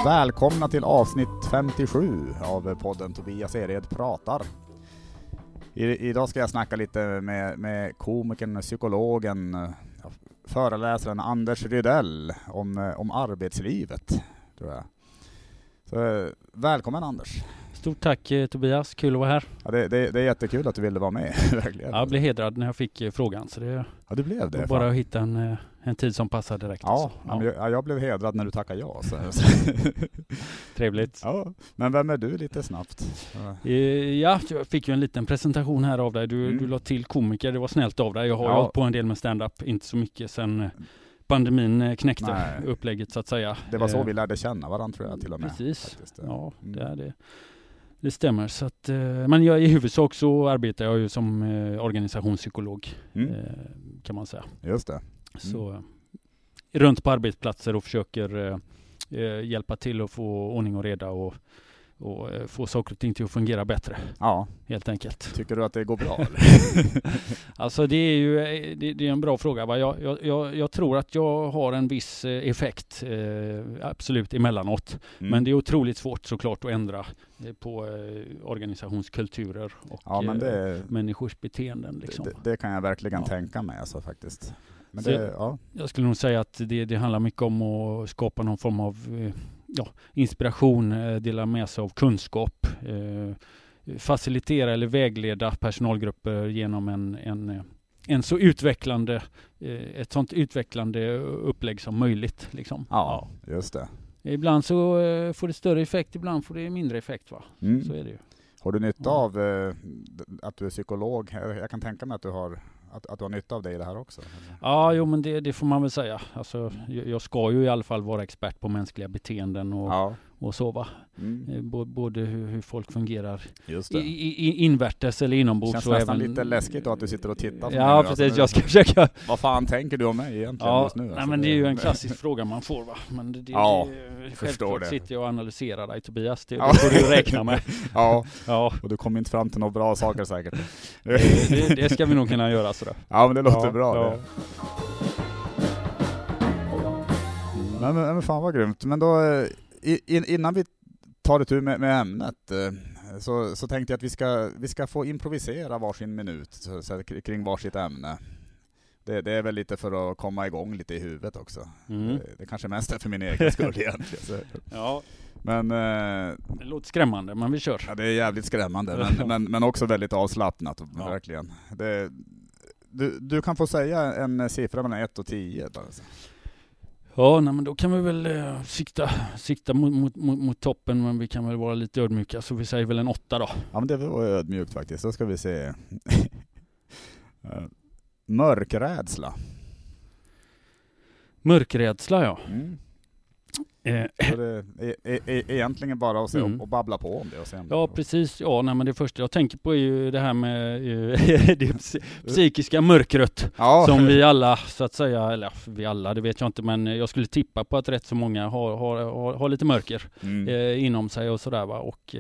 Välkomna till avsnitt 57 av podden Tobias Ered pratar. Idag ska jag snacka lite med komikern, psykologen, föreläsaren Anders Rydell om arbetslivet, tror jag. Så, välkommen Anders. Stort tack Tobias, kul att vara här. Ja, det är jättekul att du ville vara med. Verkligen. Ja, jag blev hedrad när jag fick frågan. Så det, ja, du blev det. Bara att hitta en tid som passar direkt. Ja, jag blev hedrad när du tackade ja. Så. Trevligt. Ja, men vem är du lite snabbt? Ja, jag fick ju en liten presentation här av dig. Du la till komiker, det var snällt av dig. Jag har hållit på en del med stand-up, inte så mycket sen pandemin knäckte upplägget så att säga. Det var så vi lärde känna varandra tror jag till och med. Precis, faktiskt. Ja, det är det. Det stämmer. Så att, men i huvudsak så arbetar jag ju som organisationspsykolog kan man säga. Just det. Så runt på arbetsplatser och försöker hjälpa till att få ordning och reda och få saker och ting till att fungera bättre. Ja. Helt enkelt. Tycker du att det går bra? Eller? Alltså det är ju det är en bra fråga. Va? Jag tror att jag har en viss effekt absolut emellanåt. Men det är otroligt svårt såklart att ändra på organisationskulturer och människors beteenden. Liksom. Det kan jag verkligen tänka mig alltså, faktiskt. Men jag skulle nog säga att det handlar mycket om att skapa någon form av inspiration, dela med sig av kunskap, facilitera eller vägleda personalgrupper genom en så utvecklande, ett sånt utvecklande upplägg som möjligt. Liksom. Ja, just det. Ibland så får det större effekt, ibland får det mindre effekt. Va? Så är det ju. Har du nytta av att du är psykolog? Jag kan tänka mig att du har nytta av det i det här också. Ja, jo, men det får man väl säga. Alltså, jag ska ju i alla fall vara expert på mänskliga beteenden och så va. Både hur folk fungerar invärtes eller inombords. Det känns nästan lite läskigt då att du sitter och tittar. Ja, precis. Alltså, jag ska försöka. Vad fan tänker du om mig egentligen just nu? Nej, alltså, men det är ju en klassisk fråga man får va. Men självklart sitter jag och analyserar dig Tobias. Det får du räkna med. Ja, och du kommer inte fram till några bra saker säkert. Det ska vi nog kunna göra sådär. Ja, men det låter bra. Ja. Men fan vad grymt. Men då, innan vi tar det med ämnet så tänkte jag att vi ska få improvisera varsin minut så kring varsitt ämne. Det är väl lite för att komma igång lite i huvudet också. Det kanske mest är för min egen skull egentligen. Så. Ja. Men, det låter skrämmande, men vi kör. Ja, det är jävligt skrämmande, men också väldigt avslappnat. Verkligen. Du kan få säga en siffra mellan 1 och 10. Bara. Ja, men då kan vi väl sikta mot toppen, men vi kan väl vara lite ödmjuka, så vi säger väl en 8 då. Ja, men det var ödmjukt faktiskt. Då ska vi se. Mörkrädsla. Mörkrädsla, ja. Det är egentligen bara att se och babbla på om det. Och se om ja, precis. Ja, men det första jag tänker på är ju det här med det psykiska mörkret som vi alla, så att säga, eller vi alla, det vet jag inte, men jag skulle tippa på att rätt så många har lite mörker inom sig och sådär va. Och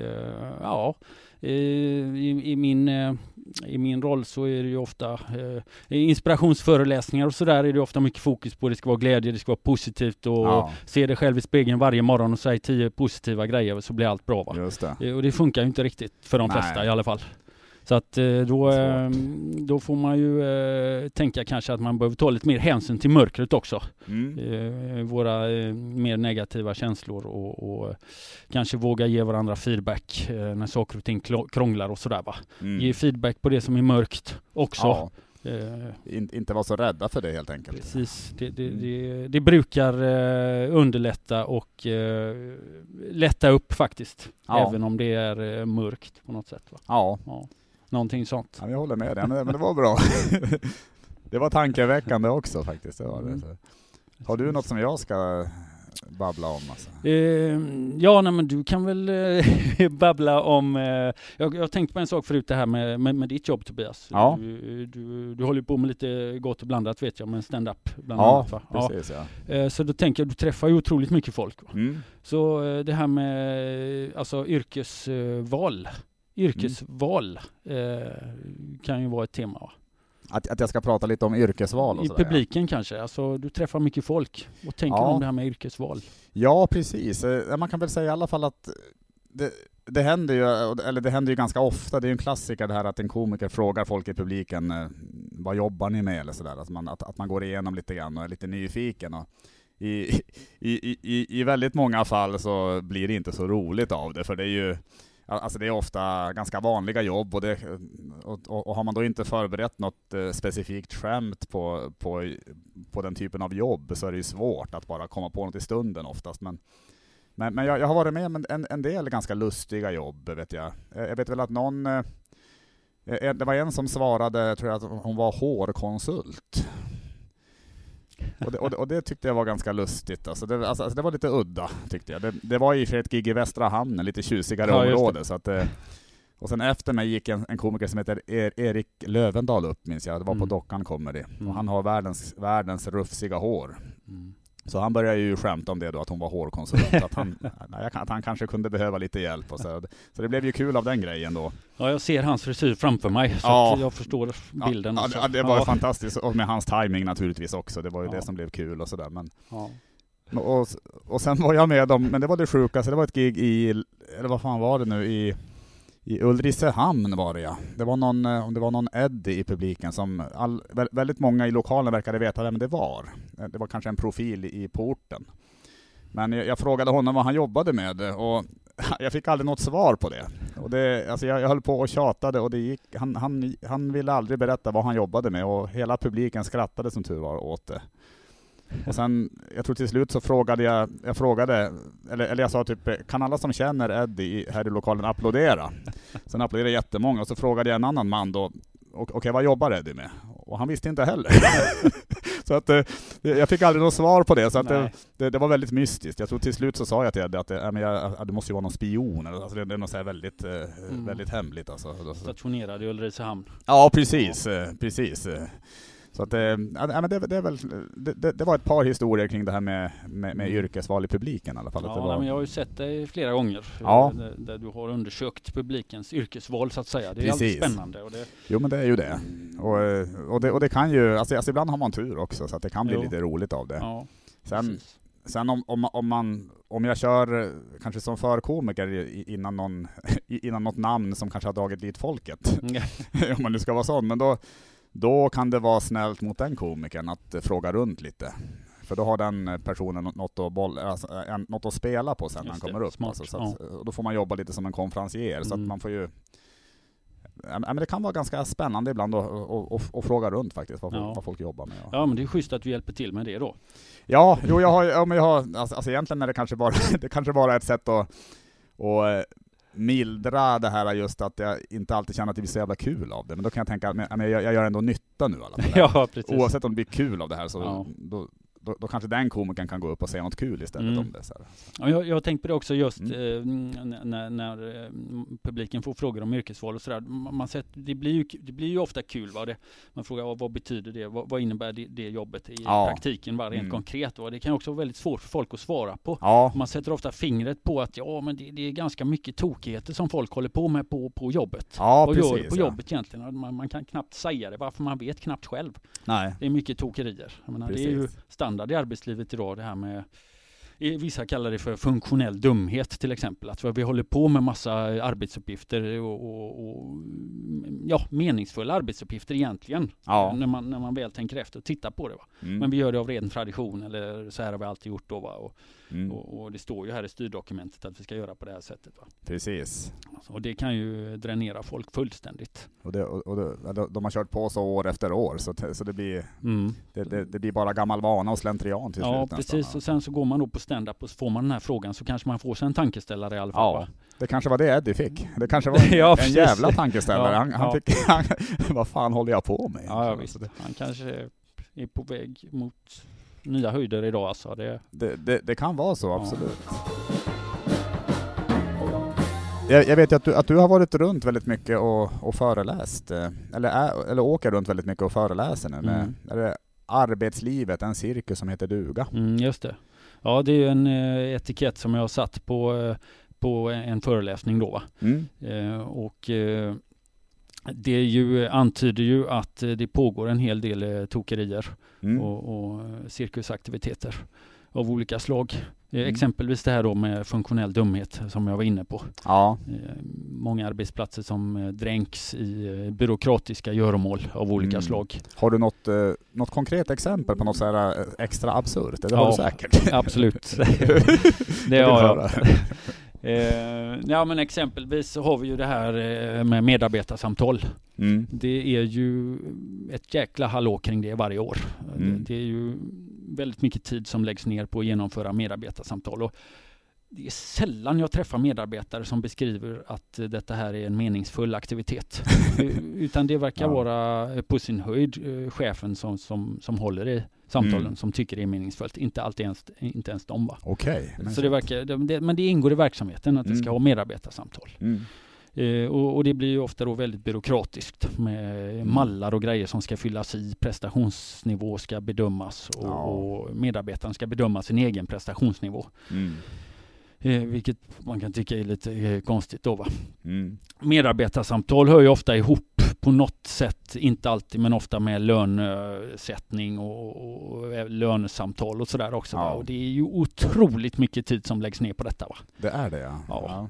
i min roll så är det ju ofta inspirationsföreläsningar och sådär är det ofta mycket fokus på. Det ska vara glädje, det ska vara positivt och se dig själv i spegeln varje morgon och säga 10 positiva grejer så blir allt bra va. Just det. Och det funkar ju inte riktigt för de flesta i alla fall. Så att då får man ju tänka kanske att man behöver ta lite mer hänsyn till mörkret också. Våra mer negativa känslor och kanske våga ge varandra feedback när saker och ting krånglar och sådär va. Ge feedback på det som är mörkt också. Ja. Inte vara så rädda för det helt enkelt. Precis, det brukar underlätta och lätta upp faktiskt. Även om det är mörkt på något sätt va. Ja. Någonting sånt. Ja, jag håller med dig, men det var bra. Det var tankeväckande också faktiskt. Det var det. Har du något som jag ska babbla om? Alltså? Men du kan väl babbla om... Jag tänkte på en sak förut, det här med ditt jobb Tobias. Ja. Du håller på med lite gott och blandat vet jag, med stand-up bland annat va? Precis, ja. Så då tänker jag, du träffar ju otroligt mycket folk va? Så det här med yrkesval kan ju vara ett tema va? Att jag ska prata lite om yrkesval och i sådär, publiken kanske. Alltså, du träffar mycket folk. Vad tänker du om det här med yrkesval? Ja, precis. Man kan väl säga i alla fall att det händer ju ganska ofta. Det är ju en klassiker det här att en komiker frågar folk i publiken vad jobbar ni med eller sådär. Att man går igenom lite grann och är lite nyfiken. Och i väldigt många fall så blir det inte så roligt av det, för det är ju alltså det är ofta ganska vanliga jobb och har man då inte förberett något specifikt skämt på den typen av jobb, så är det ju svårt att bara komma på något i stunden oftast. Men jag har varit med om en del ganska lustiga jobb, vet jag. Jag vet väl att det var en som svarade, tror jag, att hon var hårkonsult. Och det tyckte jag var ganska lustigt. Alltså det var lite udda, tyckte jag. Det var i för ett gig i Västra Hamnen, lite tjusigare område. Så att, och sen efter mig gick en komiker som heter Erik Lövendal upp, minns jag. Det var på Dockan Comedy. Och han har världens rufsiga hår. Så han började ju skämta om det då, att hon var hårkonsult. att han kanske kunde behöva lite hjälp. Och så det blev ju kul av den grejen då. Ja, jag ser hans frisyr framför mig, så att jag förstår bilden. Ja, det var fantastiskt. Och med hans timing naturligtvis också. Det var ju det som blev kul och sådär. Och sen var jag med dem, men det var det sjukaste. Det var ett gig eller vad fan var det nu, i Ulricehamn var det, ja. Det var någon Eddie i publiken som väldigt många i lokalen verkade veta vem det var. Det var kanske en profil i porten. Men jag frågade honom vad han jobbade med och jag fick aldrig något svar på det. Och jag höll på och tjatade och det gick, han ville aldrig berätta vad han jobbade med och hela publiken skrattade som tur var åt det. Och sen, jag tror till slut så frågade jag sa typ, kan alla som känner Eddie här i lokalen applådera? Sen applåderade jättemånga och så frågade jag en annan man då, okej, vad jobbar Eddie med? Och han visste inte heller. Så att jag fick aldrig något svar på det, så att det var väldigt mystiskt. Jag tror till slut så sa jag till Eddie att det måste ju vara någon spion, alltså det är något så här väldigt, väldigt hemligt alltså. Stationerad i Ulricehamn. Ja, precis. Så att, det var ett par historier kring det här med yrkesval i publiken i alla fall. Ja, men jag har ju sett det flera gånger där du har undersökt publikens yrkesval så att säga. Det är alltid spännande. Jo, men det är ju det. Och det kan ju, alltså ibland har man tur också, så att det kan bli lite roligt av det. Ja, sen om jag kör kanske som förkomiker innan något namn som kanske har dragit dit folket, om man nu ska vara sån, men då kan det vara snällt mot den komikern att fråga runt lite. För då har den personen något att spela på sen när han kommer upp. Alltså, då får man jobba lite som en konferencier. Så att man får ju... Men det kan vara ganska spännande ibland att fråga runt faktiskt vad folk jobbar med. Ja, men det är schysst att vi hjälper till med det då. Ja, jo, jag har alltså egentligen är det kanske bara ett sätt att mildra det här, just att jag inte alltid känner att det blir så jävla kul av det. Men då kan jag tänka att jag gör ändå nytta nu i alla fall. Ja, precis. Oavsett om det blir kul av det här så då kanske den komikern kan gå upp och säga något kul istället om det. Så här. Ja, jag har tänkt på det också just när publiken får frågor om yrkesval och sådär. Det blir ju ofta kul. Man frågar vad betyder det? Vad innebär det jobbet i praktiken? Rent konkret. Det kan också vara väldigt svårt för folk att svara på. Ja. Man sätter ofta fingret på att men det är ganska mycket tokigheter som folk håller på med på jobbet. Ja, och precis, gör på jobbet egentligen. Man kan knappt säga det, varför man vet knappt själv. Nej. Det är mycket tokerier. Det är ju standard i arbetslivet idag, det här med, vissa kallar det för funktionell dumhet till exempel, att vi håller på med massa arbetsuppgifter och meningsfulla arbetsuppgifter egentligen, när man väl tänker efter och tittar på det. Men vi gör det av ren tradition, eller så här har vi alltid gjort då, och det står ju här i styrdokumentet att vi ska göra på det här sättet. Precis. Och det kan ju dränera folk fullständigt. Och de har kört på så år efter år, så det blir det blir bara gammal vana och slentrian till slut. Ja, precis. Nästan. Och sen så går man då på stand-up och så får man den här frågan, så kanske man får sig en tankeställare i alla fall. Ja, det kanske var det Eddie fick. Det kanske var en jävla tankeställare. Han fick vad fan håller jag på med? Ja, visst. Han kanske är på väg mot nya höjder idag. Alltså. Det kan vara så, absolut. Jag vet att du har varit runt väldigt mycket och föreläst. Eller åker runt väldigt mycket och föreläser nu. Är det arbetslivet, en cirkus som heter Duga? Just det. Ja, det är ju en etikett som jag har satt på en föreläsning då. Det antyder ju att det pågår en hel del tokerier och cirkusaktiviteter av olika slag. Exempelvis det här då med funktionell dumhet som jag var inne på. Ja. Många arbetsplatser som dränks i byråkratiska göromål av olika slag. Har du något konkret exempel på något så här extra absurt? Det har du säkert. Absolut. Det har jag. Ja, men exempelvis så har vi ju det här med medarbetarsamtal. Det är ju ett jäkla hallå kring det varje år. Det är ju väldigt mycket tid som läggs ner på att genomföra medarbetarsamtal. Och det är sällan jag träffar medarbetare som beskriver att detta här är en meningsfull aktivitet. Utan det verkar vara på sin höjd chefen som håller i samtalen som tycker det är meningsfullt. Inte ens de, va? Okej. Så det verkar, men det ingår i verksamheten att det ska ha medarbetarsamtal. Och det blir ju ofta då väldigt byråkratiskt med mallar och grejer som ska fyllas i. Prestationsnivå ska bedömas och medarbetaren ska bedöma sin egen prestationsnivå. Vilket man kan tycka är lite konstigt då, va? Medarbetarsamtal hör ju ofta ihop på något sätt, inte alltid men ofta med lönesättning och lönesamtal och sådär också. Och det är ju otroligt mycket tid som läggs ner på detta, va? Det är det, ja.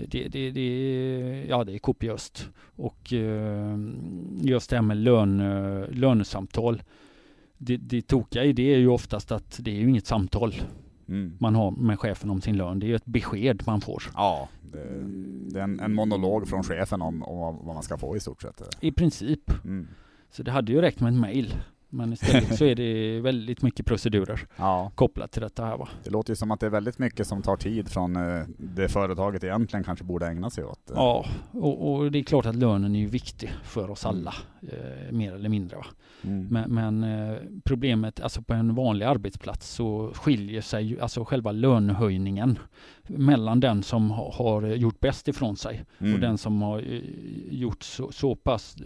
Det är kopiöst. Och just det här med lönesamtal, det tokiga i det är ju oftast att det är ju inget samtal man har med chefen om sin lön. Det är ju ett besked man får. Ja, det är en monolog från chefen om vad man ska få i stort sett. I princip. Så det hade ju räckt med en mejl. Men istället så är det väldigt mycket procedurer kopplat till detta här, va? Det låter ju som att det är väldigt mycket som tar tid från det företaget egentligen kanske borde ägna sig åt. Ja, och det är klart att lönen är ju viktig för oss alla, mer eller mindre, va? Men problemet, alltså på en vanlig arbetsplats så skiljer sig alltså själva lönehöjningen mellan den som har gjort bäst ifrån sig och den som har gjort så pass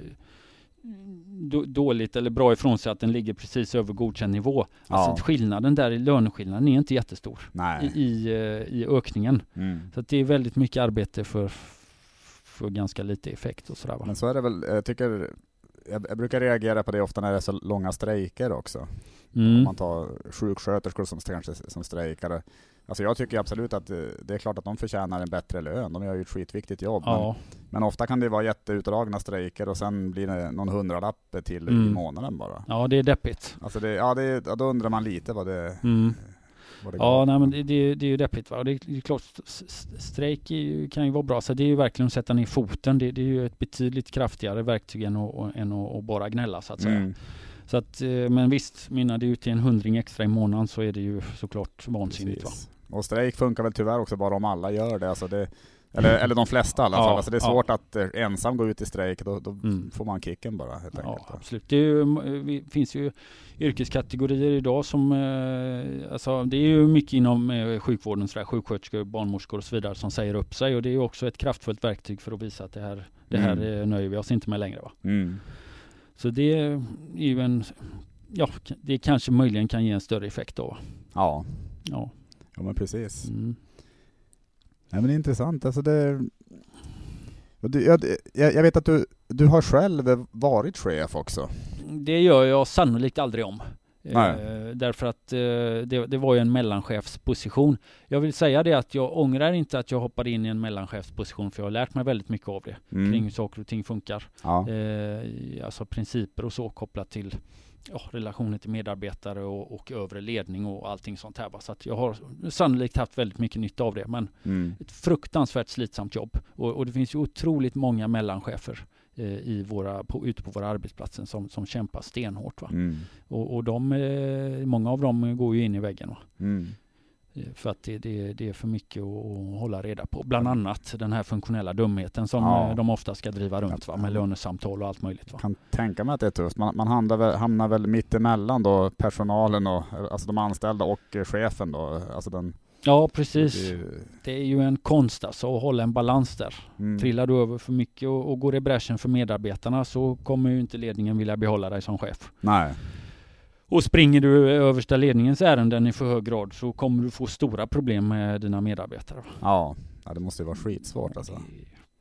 dåligt eller bra ifrån sig att den ligger precis över godkänd nivå. Alltså skillnaden där i löneskillnaden är inte jättestor i ökningen. Så att det är väldigt mycket arbete för ganska lite effekt och sådär, va? Men så är det väl, jag brukar reagera på det ofta när det är så långa strejker också. Om man tar sjuksköterskor som strejkar. Alltså jag tycker absolut att det är klart att de förtjänar en bättre lön. De har ju ett skitviktigt jobb. Men ofta kan det vara jätteutdragna strejker och sen blir det någon hundralapp till i månaden bara. Ja, det är deppigt. Alltså då undrar man lite vad det... Men det är ju deppigt, va? Och det är klart, strejk kan ju vara bra. Så det är ju verkligen att sätta ner foten. Det är ju ett betydligt kraftigare verktyg än att bara gnälla, så att säga. Så att, men visst, mynnar det ut till en 100 extra i månaden så är det ju såklart vansinnigt, va? Och strejk funkar väl tyvärr också bara om alla gör det. Alltså eller de flesta i alla fall. Alltså det är svårt att ensam gå ut i strejk. Då får man kicken bara, helt enkelt. Ja, absolut. Det finns ju yrkeskategorier idag som... alltså det är ju mycket inom sjukvården, sjuksköterskor, barnmorskor och så vidare som säger upp sig. Och det är ju också ett kraftfullt verktyg för att visa att det här nöjer vi oss inte med längre, va? Så det är ju det kanske möjligen kan ge en större effekt då. Ja, men precis. Nej, men det är intressant. Alltså jag vet att du har själv varit chef också. Det gör jag sannolikt aldrig om. Därför att det var ju en mellanchefsposition. Jag vill säga det att jag ångrar inte att jag hoppade in i en mellanchefsposition, för jag har lärt mig väldigt mycket av det kring hur saker och ting funkar. Alltså principer och så kopplat till relationer till medarbetare och övre ledning och allting sånt här. Så att jag har sannolikt haft väldigt mycket nytta av det, men ett fruktansvärt slitsamt jobb. Och det finns ju otroligt många mellanchefer ute på våra arbetsplatser som kämpar stenhårt, va? Och många av dem går ju in i väggen, va? För att det är för mycket att hålla reda på. Bland annat den här funktionella dumheten som de ofta ska driva runt, va? Med lönesamtal och allt möjligt, va? Jag kan tänka mig att det är tufft. Man hamnar väl mitt emellan då, personalen och alltså de anställda och chefen då. Alltså ja, precis. Det är ju en konst alltså, att hålla en balans där. Trillar du över för mycket och går i bräschen för medarbetarna så kommer ju inte ledningen vilja behålla dig som chef. Nej. Och springer du översta ledningens ärenden i för hög grad så kommer du få stora problem med dina medarbetare. Ja, det måste ju vara skitsvårt alltså.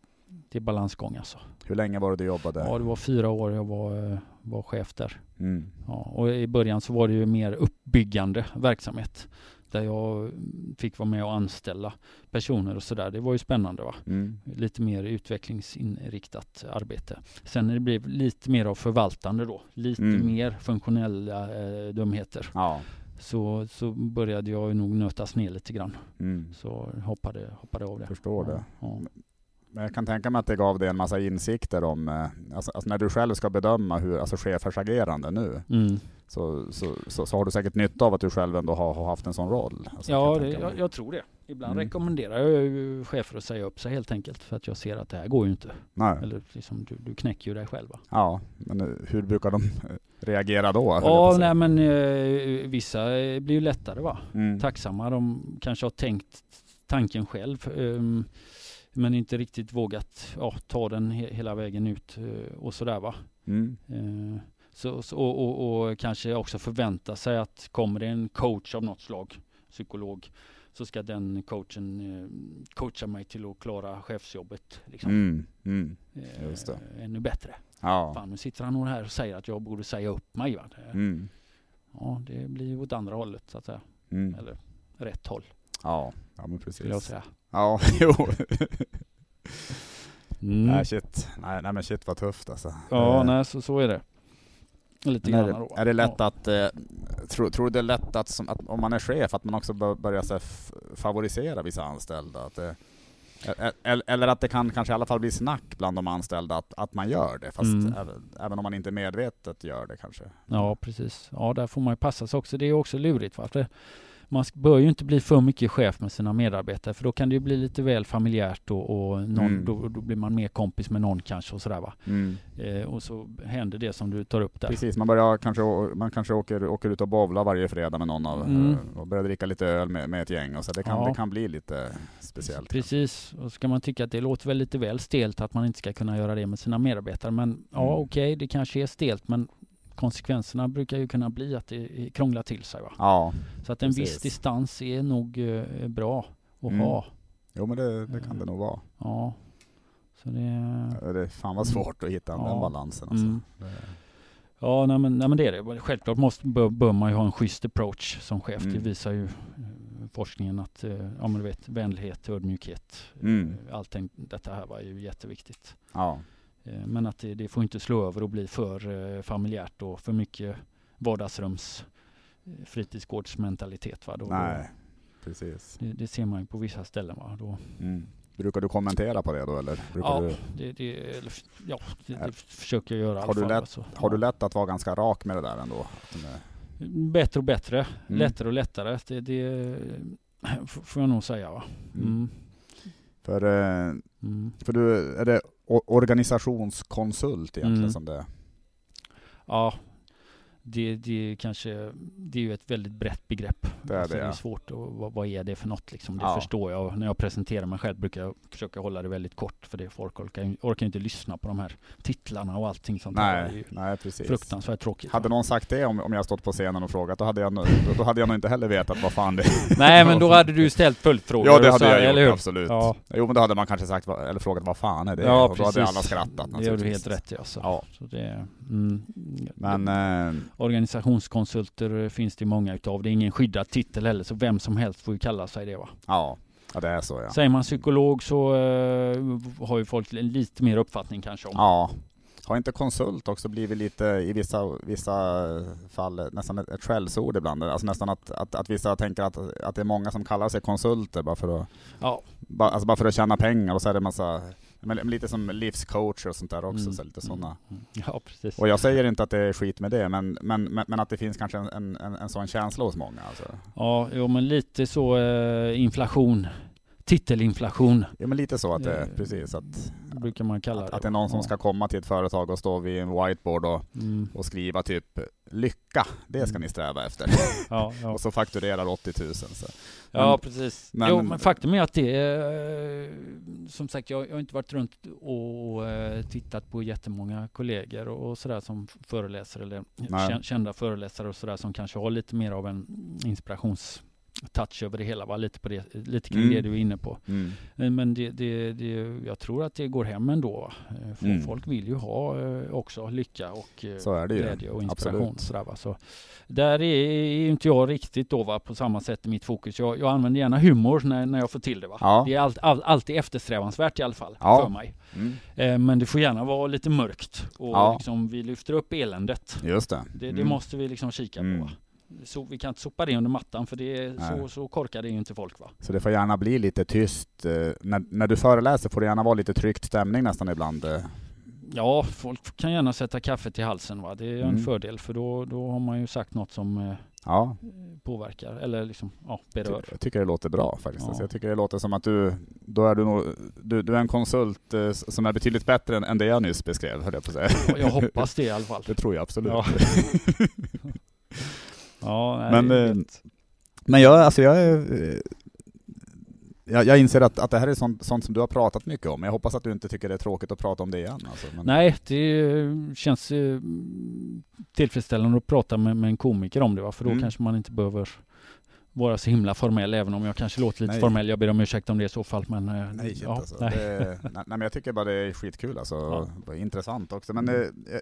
det är balansgång alltså. Hur länge var det du jobbade? Ja, det var 4 år jag var chef där. Mm. Ja, och i början så var det ju mer uppbyggande verksamhet. Där jag fick vara med och anställa personer och sådär. Det var ju spännande va? Mm. Lite mer utvecklingsinriktat arbete. Sen när det blev lite mer av förvaltande då. Lite mer funktionella dumheter. Ja. Så började jag nog nötas ner lite grann. Mm. Så hoppade av det. Förstår det. Ja. Men jag kan tänka mig att det gav dig en massa insikter om, alltså när du själv ska bedöma hur, alltså chefers agerande nu, så har du säkert nytta av att du själv ändå har haft en sån roll. Alltså, ja, jag tror det. Ibland rekommenderar jag ju chefer att säga upp sig helt enkelt, för att jag ser att det här går ju inte. Nej. Eller liksom, du knäcker ju dig själva. Ja, men hur brukar de reagera då? Ja, nej men vissa blir ju lättare va? Mm. Tacksamma, de kanske har tänkt tanken själv. Men inte riktigt vågat ta den hela vägen ut och sådär va. Mm. Och kanske också förvänta sig att kommer det en coach av något slag, psykolog, så ska den coachen coacha mig till att klara chefsjobbet. Liksom. Just det. Ännu bättre. Ja. Fan, nu sitter han nog här och säger att jag borde säga upp mig. Va? Ja, det blir åt andra hållet så att säga. Eller rätt håll. Ja, men precis. Skulle jag säga. Ja, jo. Nej, shit vad tufft alltså. Ja, nej, så är det. Lite grann då. Är det lätt att tror du det är lätt att om man är chef att man också börjar så favorisera vissa anställda, att eller att det kan kanske i alla fall bli snack bland de anställda att man gör det, fast även om man inte medvetet gör det kanske. Ja, precis. Ja, där får man ju passa sig också. Det är också lurigt va? För man bör ju inte bli för mycket chef med sina medarbetare, för då kan det ju bli lite väl familjärt och då blir man mer kompis med någon kanske och sådär va. Och så händer det som du tar upp där. Precis, man kanske åker ut och bowlar varje fredag med någon och börjar dricka lite öl med ett gäng och så det kan bli lite speciellt. Precis, och så kan man tycka att det låter väl lite väl stelt att man inte ska kunna göra det med sina medarbetare, men okej, det kanske är stelt, men konsekvenserna brukar ju kunna bli att det krånglar till sig va? Ja. Så att en viss distans är nog bra att ha. Jo, men det kan det nog vara. Ja. Så det är fan vad svårt att hitta den balansen alltså. Ja, nej men det är det. Självklart bör man ju ha en schysst approach som chef. Det visar ju forskningen att du vet, vänlighet, ödmjukhet, allting detta här var ju jätteviktigt. Ja. Men att det får inte slå över och bli för familjärt och för mycket vardagsrums fritidsgårdsmentalitet va? Nej, precis. Det ser man ju på vissa ställen va? Då. Brukar du kommentera på det då eller? Det försöker jag göra. Har du lätt att vara ganska rak med det där ändå? Bättre och bättre, lättare och lättare. Det får jag nog säga va. För du, är det organisationskonsult egentligen som det? Ja, det är ju ett väldigt brett begrepp. Det är svårt. Vad är det för något liksom? Det förstår jag. När jag presenterar mig själv brukar jag försöka hålla det väldigt kort, för det folk orkar inte lyssna på de här titlarna och allting sånt. Nej, precis. Fruktansvärt tråkigt. Hade någon sagt det om jag stått på scenen och frågat, då hade jag nog inte heller vetat vad fan det är. Nej, men då hade du ställt följdfrågor. Ja, det hade jag gjort, eller absolut. Ja. Jo, men då hade man kanske sagt eller frågat vad fan är det? Ja, och då hade alla skrattat. Det gör du helt rätt i alltså. Ja. Så det, men organisationskonsulter finns det många utav. Det är ingen skyddad titel heller, så vem som helst får ju kalla sig det va? Ja, det är så ja. Säger man psykolog så har ju folk en lite mer uppfattning kanske om. Ja. Har inte konsult också blivit lite i vissa fall nästan ett skällsord ibland? Alltså nästan att vissa tänker att det är många som kallar sig konsulter bara för att bara för att tjäna pengar, och så är det massa lite som livscoach och sånt där också, så lite sådana. Ja, precis. Och jag säger inte att det är skit med det, men att det finns kanske en sån känsla hos många alltså. Ja, jo, men lite så inflation. Titelinflation. Ja, men lite så att det precis att brukar man kalla det. Att det är någon som ska komma till ett företag och stå vid en whiteboard och skriva typ lycka, det ska ni sträva efter. Ja. Och så fakturerar 80 000 så. Ja, precis. Men faktum är att det som sagt, jag har inte varit runt och tittat på jättemånga kollegor och sådär som föreläsare eller kända föreläsare och sådär som kanske har lite mer av en touch över det hela, va? Lite kring det du är inne på. Men jag tror att det går hem ändå. Folk vill ju ha också lycka och glädje och inspiration. Sådär, va? Så där är inte jag riktigt då, va? På samma sätt i mitt fokus. Jag använder gärna humor när jag får till det. Va? Ja. Det är alltid eftersträvansvärt i alla fall för mig. Men det får gärna vara lite mörkt och liksom, vi lyfter upp eländet. Just det. Det måste vi liksom kika på. Va? Så vi kan inte sopa det under mattan, för det är så korkar det ju inte folk, va? Så det får gärna bli lite tyst. När du föreläser får det gärna vara lite tryckt stämning nästan ibland. Ja, folk kan gärna sätta kaffet i halsen, va? Det är en fördel, för då har man ju sagt något som påverkar eller liksom berör. Jag tycker det låter bra faktiskt. Ja. Jag tycker det låter som att du är en konsult som är betydligt bättre än det jag nyss beskrev, hörde jag på att säga. Jag hoppas det i alla fall. Det tror jag absolut. Ja. Men jag inser att det här är sånt som du har pratat mycket om. Jag hoppas att du inte tycker det är tråkigt att prata om det igen. Alltså, men... Nej, det känns tillfredsställande att prata med en komiker om det, va? För då kanske man inte behöver vara så himla formell, även om jag kanske låter lite formell. Jag ber om ursäkt om det i så fall. Men, men jag tycker bara det är skitkul. Alltså, intressant också. Men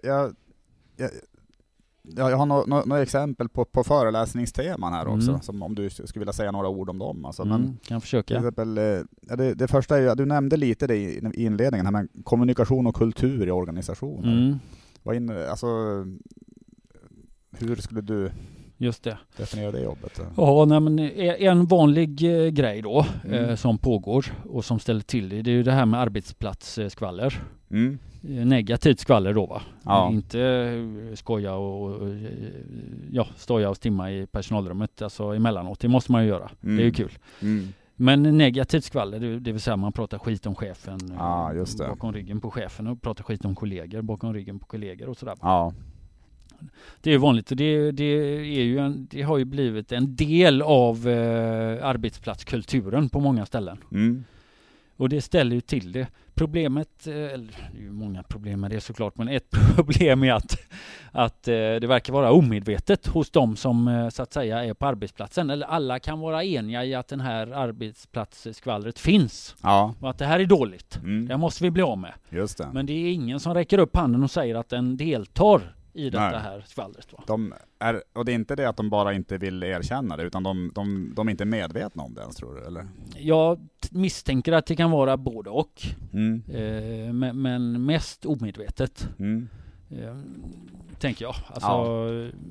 jag har några exempel på föreläsningsteman här också, som om du skulle vilja säga några ord om dem. Alltså. Men kan försöka. Till exempel, det första är ju, du nämnde lite det i inledningen, här med kommunikation och kultur i organisationer. Hur skulle du definiera det jobbet? Ja, men en vanlig grej då som pågår och som ställer till det är ju det här med arbetsplatsskvaller. Negativt skvaller då, va? Ja. Inte skoja stoja och stimma i personalrummet, alltså emellanåt. Det måste man ju göra. Det är ju kul. Men negativt skvaller, det vill säga man pratar skit om chefen bakom ryggen på chefen och pratar skit om kollegor bakom ryggen på kollegor och sådär. Ja. Det är vanligt och det har ju blivit en del av arbetsplatskulturen på många ställen. Och det ställer ju till det. Problemet, det är ju många problem med det såklart, men ett problem är att det verkar vara omedvetet hos de som så att säga är på arbetsplatsen. Eller alla kan vara eniga i att den här arbetsplatsskvallret finns. Ja. Och att det här är dåligt. Det måste vi bli av med. Just det. Men det är ingen som räcker upp handen och säger att den deltar i detta här skvallret. Och det är inte det att de bara inte vill erkänna det, utan de är inte medvetna om det ens, tror du? Eller? Jag misstänker att det kan vara både och. Men mest omedvetet. Tänker jag. Alltså,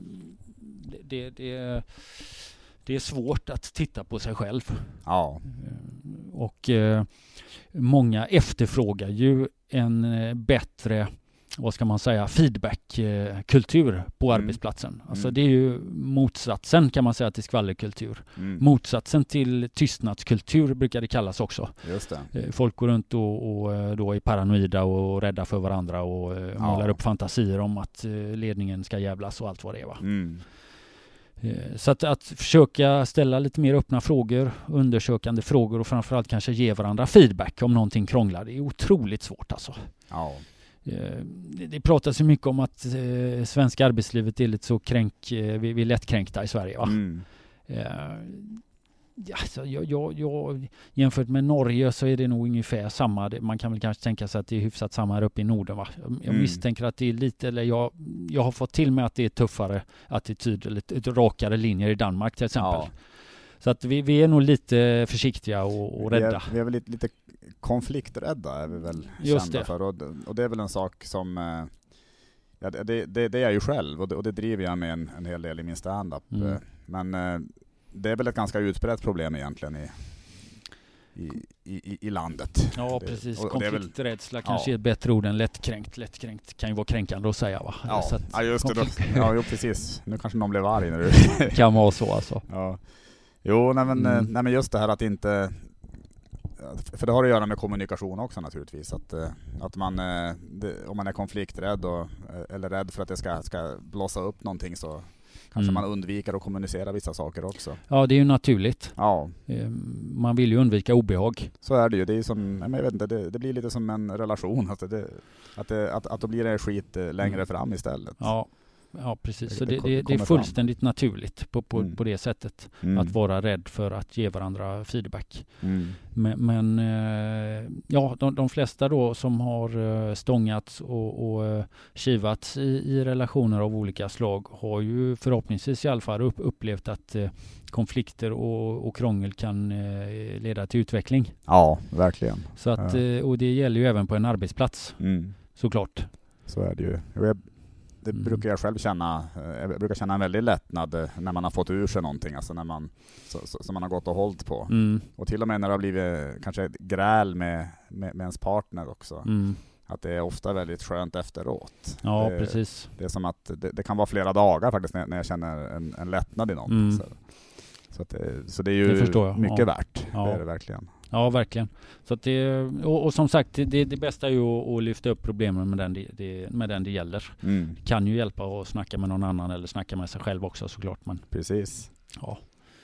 det är svårt att titta på sig själv. Ja. Och många efterfrågar ju en bättre, vad ska man säga, feedbackkultur på arbetsplatsen. Alltså det är ju motsatsen, kan man säga, till skvallerkultur. Motsatsen till tystnadskultur brukar det kallas också. Just det. Folk går runt och då är paranoida och rädda för varandra och målar upp fantasier om att ledningen ska jävlas och allt vad det är, va? Så att försöka ställa lite mer öppna frågor, undersökande frågor och framförallt kanske ge varandra feedback om någonting krånglar. Det är otroligt svårt alltså. Ja. Det pratas ju mycket om att svenska arbetslivet är lite så vi är lättkränkta i Sverige, va? Alltså, jag jämfört med Norge så är det nog ungefär samma. Man kan väl kanske tänka sig att det är hyfsat samma här uppe i Norden, va? Jag misstänker att det är lite, eller jag har fått till mig att det är tuffare attityd eller rakare linjer i Danmark till exempel. Ja. Så att vi är nog lite försiktiga och rädda. Vi är väl lite konflikträdda, är vi väl kända för. Och det är väl en sak som det är jag ju själv, och det driver jag med en hel del i min stand-up. Men det är väl ett ganska utbrett problem egentligen i landet. Ja, precis. Konflikträdsla kanske är ett bättre ord än lättkränkt. Lättkränkt kan ju vara kränkande att säga, va? Ja, just det. Ja, precis. Nu kanske någon blev arg när du... kan vara så alltså. Ja. Jo, nej men just det här att inte... För det har att göra med kommunikation också naturligtvis. Att man, om man är konflikträdd eller rädd för att det ska blåsa upp någonting, så kanske man undviker att kommunicera vissa saker också. Ja, det är ju naturligt. Ja. Man vill ju undvika obehag. Så är det ju. Det är som, jag vet inte, det blir lite som en relation. Att då blir det skit längre fram istället. Ja. Ja, precis. Så det är fullständigt naturligt på det sättet. Att vara rädd för att ge varandra feedback. Men de flesta då som har stångats och kivats i relationer av olika slag har ju förhoppningsvis i alla fall upplevt att konflikter och krångel kan leda till utveckling. Ja, verkligen. Så att, och det gäller ju även på en arbetsplats, såklart. Så är det ju. Det brukar jag själv känna. Jag brukar känna en väldig lättnad när man har fått ur sig någonting. Alltså när man, som man har gått och hållit på. Och till och med när det har blivit kanske ett gräl med ens partner också. Att det är ofta väldigt skönt efteråt. Ja, precis. Det är som att det kan vara flera dagar faktiskt när jag känner en lättnad i någonting. Så det är ju mycket värt. Ja. Det är det verkligen. Ja, verkligen. Så att och som sagt, det bästa är ju att lyfta upp problemen med den det gäller. Det kan ju hjälpa att snacka med någon annan eller snacka med sig själv också, såklart. Men, precis. Ja.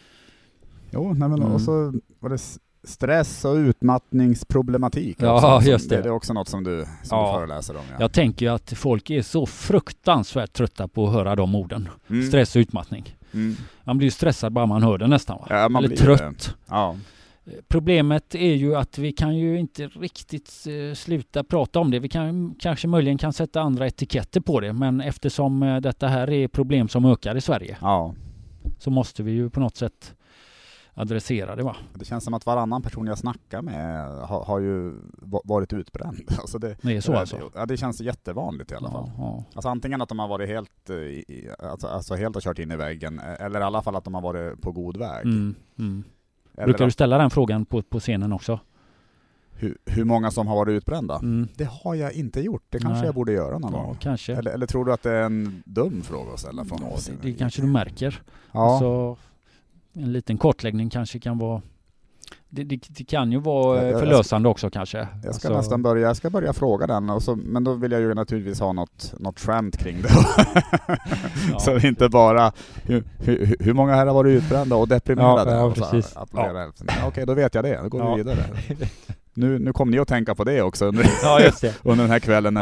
Jo, och så var det stress och utmattningsproblematik. Ja, just det. Det är också något som du föreläser om. Ja. Jag tänker ju att folk är så fruktansvärt trötta på att höra de orden. Stress och utmattning. Man blir ju stressad bara man hör det nästan. Va? Ja, man eller blir trött. Ja. Problemet är ju att vi kan ju inte riktigt sluta prata om det. Vi kanske möjligen kan sätta andra etiketter på det. Men eftersom detta här är problem som ökar i Sverige, så måste vi ju på något sätt adressera det, va? Det känns som att varannan person jag snackar med har ju varit utbränd. Alltså det är så alltså? Ja, det känns jättevanligt i alla fall. Ja. Alltså antingen att de har varit helt alltså helt har kört in i väggen, eller i alla fall att de har varit på god väg. Brukar du ställa den frågan på scenen också? Hur många som har varit utbrända? Det har jag inte gjort. Det kanske jag borde göra någon gång. Kanske. Eller tror du att det är en dum fråga att ställa? Det kanske du märker. Ja. Alltså, en liten kortläggning kanske kan vara... Det kan ju vara förlösande också kanske. Jag ska nästan börja fråga den. Men då vill jag ju naturligtvis ha något skämt kring det. Så inte bara hur många här har varit utbrända och deprimerade. Ja, precis. Okej, då vet jag det. Då går vi vidare. Nu kom ni att tänka på det också under, under den här kvällen.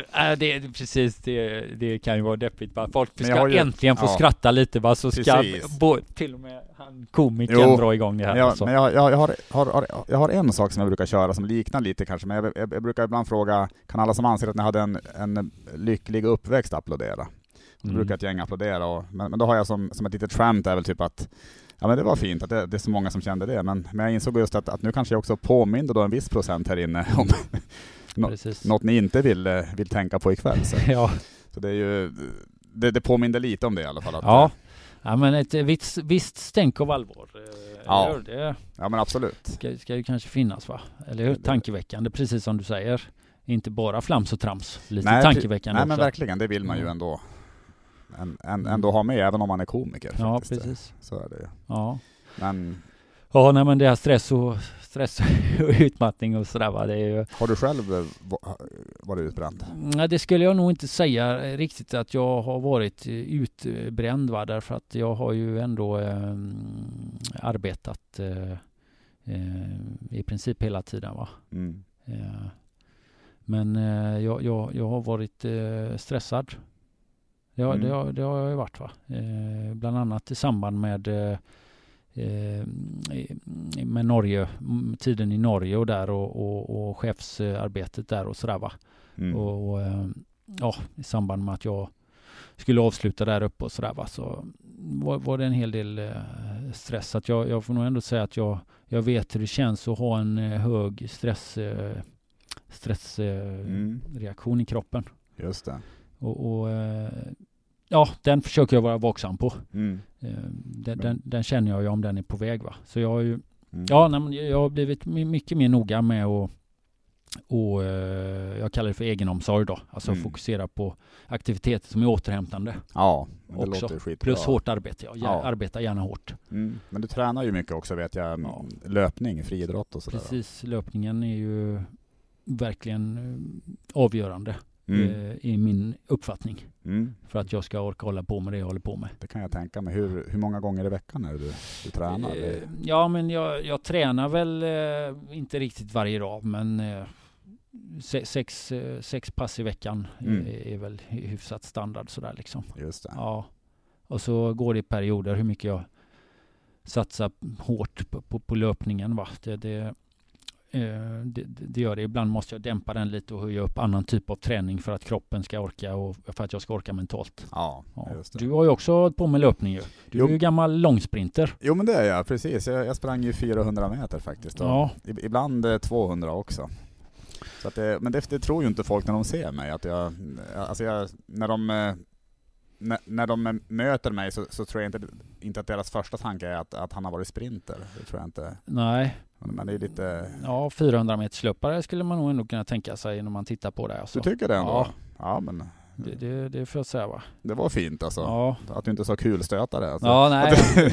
Det kan ju vara deppigt. Folk ska äntligen få skratta lite. Va? Så ska till och med komikern dra igång det här. Men jag har en sak som jag brukar köra som liknar lite kanske. Men jag brukar ibland fråga, kan alla som anser att ni hade en lycklig uppväxt applådera? Då brukar ett gäng applådera. Men då har jag som ett litet skämt är väl typ att men det var fint att det är så många som kände det. Men jag insåg just att nu kanske jag också påminner då en viss procent här inne om något ni inte vill tänka på ikväll. Så det är ju det påminner lite om det i alla fall. Ja, men ett visst stänk av allvar. Ja, men absolut. Ska ju kanske finnas, va? Eller hur? Tankeväckande, precis som du säger. Inte bara flams och trams. Lite tankeväckande också. Men verkligen, det vill man ju ändå. Ändå ha med, även om man är komiker. Ja, faktiskt. precis. Så är det ju. Ja. Men det är stress och utmattning och sådär, va? Det är ju... Har du själv varit utbränd? Nej, det skulle jag nog inte säga riktigt att jag har varit utbränd, va? Därför att jag har ju ändå arbetat i princip hela tiden, va? Men jag har varit stressad. Det har jag ju varit, va? Bland annat i samband med Norge, tiden i Norge och där och chefsarbetet där och sådär, va? Och i samband med att jag skulle avsluta där uppe och sådär, va? Så var det en hel del stress. Att jag får nog ändå säga att jag vet hur det känns att ha en hög stressreaktion i kroppen. Just det. Den försöker jag vara vaksam på. Den känner jag ju om den är på väg, va. Så jag har ju jag har blivit mycket mer noga med och jag kallar det för egenomsorg då. Alltså fokusera på aktiviteter som är återhämtande. Ja, det också. Låter skitbra. Plus hårt arbete. Jag arbetar gärna hårt. Men du tränar ju mycket också, vet jag. Löpning, friidrott och sådär. Precis, löpningen är ju verkligen avgörande. I min uppfattning. För att jag ska orka hålla på med det jag håller på med. Det kan jag tänka mig. Hur många gånger i veckan är det du tränar? Ja, men jag tränar väl inte riktigt varje dag, men sex pass i veckan är väl hyfsat standard sådär liksom. Just det. Ja. Och så går det i perioder hur mycket jag satsar hårt på löpningen, va. Det gör det. Ibland måste jag dämpa den lite och höja upp annan typ av träning för att kroppen ska orka och för att jag ska orka mentalt. Ja. Just det. Du har ju också på med löpning ju. Du är ju gammal långsprinter. Jo, men det är jag, precis. Jag sprang ju 400 meter faktiskt. Ja. Ibland 200 också. Så att men det tror ju inte folk när de ser mig. Att när de möter mig så tror jag inte att deras första tanke är att han har varit sprinter. Det tror jag inte. Nej. Men det är lite... Ja, 400 meters löpare skulle man nog ändå kunna tänka sig när man tittar på det. Alltså. Du tycker det ändå? Ja. Ja, men... Det får jag säga, va? Det var fint alltså. Ja. Att du inte sa kulstötare. Alltså. Ja, nej.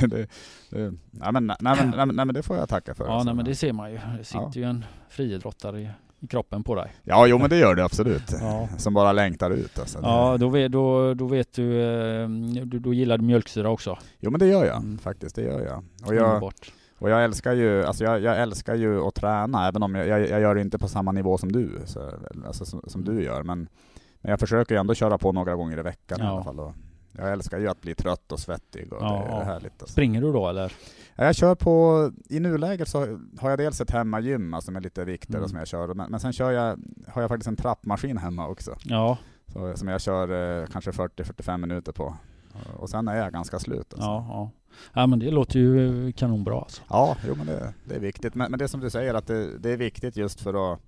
Nej, men det får jag tacka för. Ja, alltså. nej, men det ser man ju. Det sitter ju en friidrottare i kroppen på dig. Ja, jo, men det gör det absolut. Ja. Som bara längtar ut. Alltså. Ja, då vet du gillar du mjölksyra också. Jo, men det gör jag faktiskt. Det gör jag. Och jag älskar ju, alltså jag älskar ju att träna, även om jag gör det inte på samma nivå som du, som du gör. Men jag försöker ju ändå köra på några gånger i veckan i alla fall. Och jag älskar ju att bli trött och svettig och det är härligt. Alltså. Springer du då eller? Ja, jag kör på, i nuläget så har jag dels ett hemmagym alltså med lite vikter som jag kör. Men sen har jag faktiskt en trappmaskin hemma också. Ja. Som jag kör kanske 40-45 minuter på. Och sen är jag ganska slut. Alltså. Ja, men det låter ju kanonbra alltså. Ja, jo, men det är viktigt. Men det som du säger, att det är viktigt just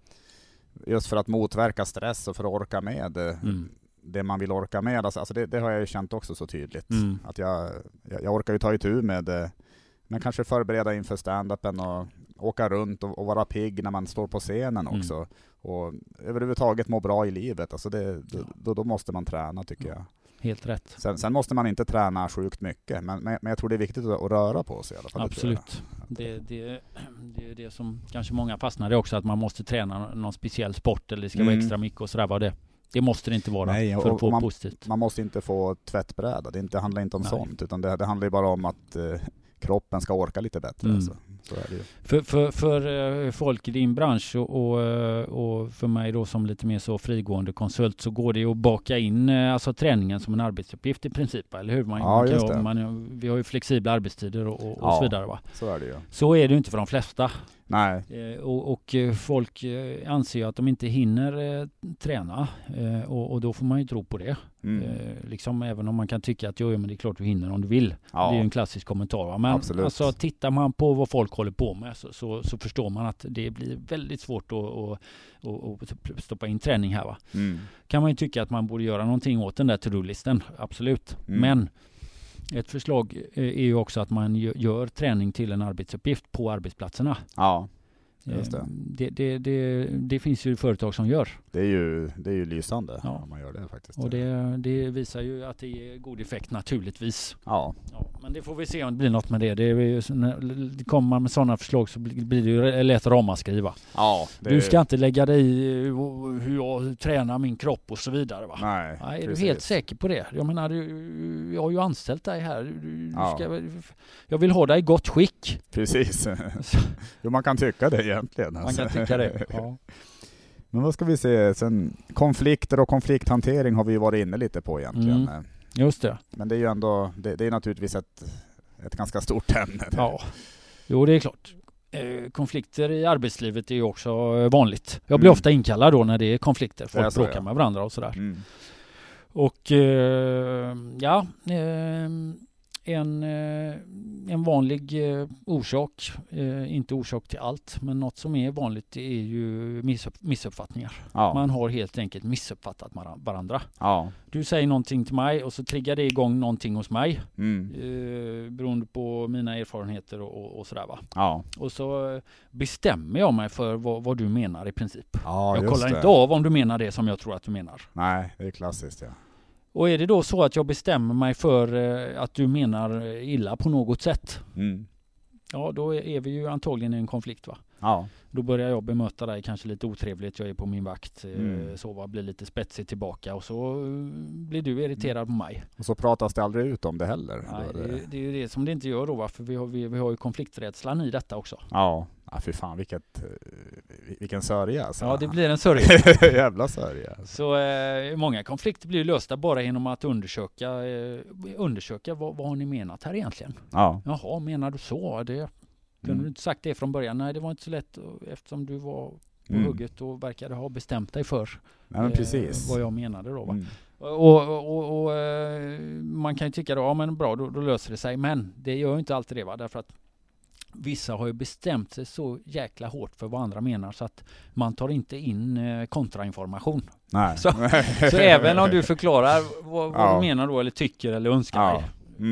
för att motverka stress och för att orka med det man vill orka med. Alltså det har jag ju känt också så tydligt. Att jag orkar ju ta itu med det, men kanske förbereda inför stand-upen och åka runt och vara pigg när man står på scenen också. Och överhuvudtaget må bra i livet. Alltså då måste man träna, tycker jag. Helt rätt. Sen måste man inte träna sjukt mycket, men jag tror det är viktigt att röra på sig i alla fall. Absolut. Det är det som kanske många fastnar i också, att man måste träna någon speciell sport eller det ska vara extra mycket och sådär. Det måste det inte vara. Nej, för att få positivt. Man måste inte få tvättbräda. Det handlar inte om sånt, utan det handlar ju bara om att kroppen ska orka lite bättre. Alltså. Så är det ju. För folk i din bransch och för mig då som lite mer så frigående konsult, så går det ju att baka in alltså träningen som en arbetsuppgift i princip, eller hur? Vi har ju flexibla arbetstider och så vidare, va? Så är det ju. Så är det ju inte för de flesta. Nej. Och folk anser ju att de inte hinner träna och då får man ju tro på det. Liksom, även om man kan tycka att men det är klart du hinner om du vill. Det är ju en klassisk kommentar, va? Men alltså, tittar man på vad folk håller på med så förstår man att det blir väldigt svårt att stoppa in träning här, va? Kan man ju tycka att man borde göra någonting åt den där to-do-listen, absolut. Men ett förslag är ju också att man gör träning till en arbetsuppgift på arbetsplatserna. Ja, just det. Det finns ju företag som gör. Det är ju lysande om man gör det faktiskt. Och det visar ju att det ger god effekt naturligtvis. Ja, men det får vi se om det blir något med det. Det kommer man med sådana förslag så blir det ju lätt ramaskriva. Ja, du ska inte lägga dig i hur jag tränar min kropp och så vidare, va? Nej, är du helt säker på det? Jag menar, jag har ju anställt dig här. Jag vill ha dig i gott skick. Precis. Jo, man kan tycka det egentligen. Alltså. Man kan tycka det, ja. Men vad ska vi se? Sen, konflikter och konflikthantering har vi ju varit inne lite på egentligen. Just det. Men det är ju ändå, det är naturligtvis ett ganska stort ämne. Ja, jo, det är klart. Konflikter i arbetslivet är ju också vanligt. Jag blir ofta inkallad då när det är konflikter. Folk bråkar med varandra och sådär. Och en vanlig orsak, inte orsak till allt, men något som är vanligt är ju missuppfattningar. Ja. Man har helt enkelt missuppfattat varandra. Ja. Du säger någonting till mig och så triggar det igång någonting hos mig. Beroende på mina erfarenheter och sådär, va? Ja. Och så bestämmer jag mig för vad du menar i princip. Ja, jag kollar inte av om du menar det som jag tror att du menar. Nej, det är klassiskt, ja. Och är det då så att jag bestämmer mig för att du menar illa på något sätt, ja, då är vi ju antagligen i en konflikt, va? Ja. Då börjar jag bemöta dig kanske lite otrevligt, jag är på min vakt, blir lite spetsig tillbaka och så blir du irriterad på mig. Och så pratas det aldrig ut om det heller. Nej, det är ju det som det inte gör då, va? För vi har ju konflikträdslan i detta också. Ja, Ja, för fan, vilken sörja alltså. Ja, det blir en sörja. Jävla sörja. Så många konflikter blir lösta bara genom att undersöka vad har ni menat här egentligen. Ja. Jaha, menar du så? Det kunde du inte sagt det från början. Nej, det var inte så lätt eftersom du var på hugget och verkade ha bestämt dig för precis. vad jag menade då. Va? Och man kan ju tycka då, ja men bra, då löser det sig. Men det gör ju inte alltid det, va? Därför att vissa har ju bestämt sig så jäkla hårt för vad andra menar så att man tar inte in kontrainformation. Nej. Så även om du förklarar vad du menar då eller tycker eller önskar dig.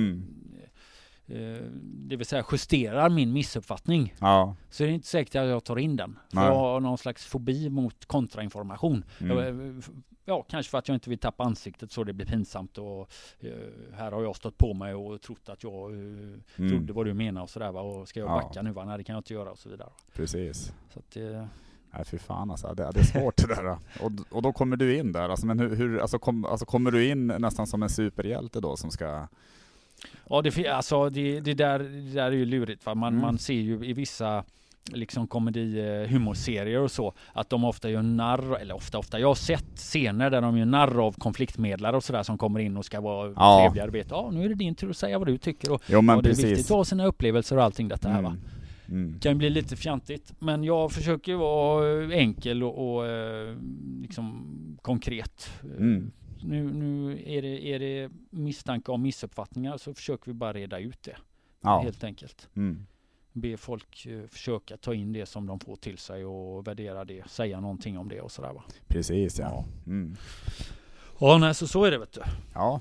Det vill säga justerar min missuppfattning, så är det inte säkert att jag tar in den. För jag har någon slags fobi mot kontrainformation. Kanske för att jag inte vill tappa ansiktet så det blir pinsamt och här har jag stått på mig och trott att jag trodde vad du menar och sådär, och ska jag backa nu? Nej, det kan jag inte göra och så vidare. Precis. Så att nej, för fan alltså. Det är svårt det där. Och då kommer du in där. Alltså, men kommer du in nästan som en superhjälte då som ska... Ja, det där är ju lurigt. Va? Man ser ju i vissa liksom humorserier och så att de ofta gör narr, eller ofta jag har sett scener där de gör narr av konfliktmedlare och sådär som kommer in och ska vara trevligare. Vet, nu är det din tur att säga vad du tycker och det är viktigt att ha sina upplevelser och allting detta här, va? Kan ju bli lite fjantigt, men jag försöker ju vara enkel och liksom konkret. Nu är det misstanke om missuppfattningar, så försöker vi bara reda ut det. Helt enkelt. Be folk försöka ta in det som de får till sig och värdera det, säga någonting om det och sådär, va? Precis, ja. Ja, nej, så är det, vet du. Ja.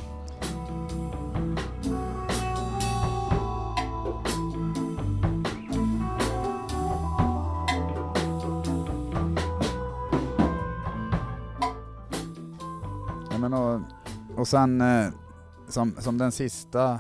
Men och sen som den sista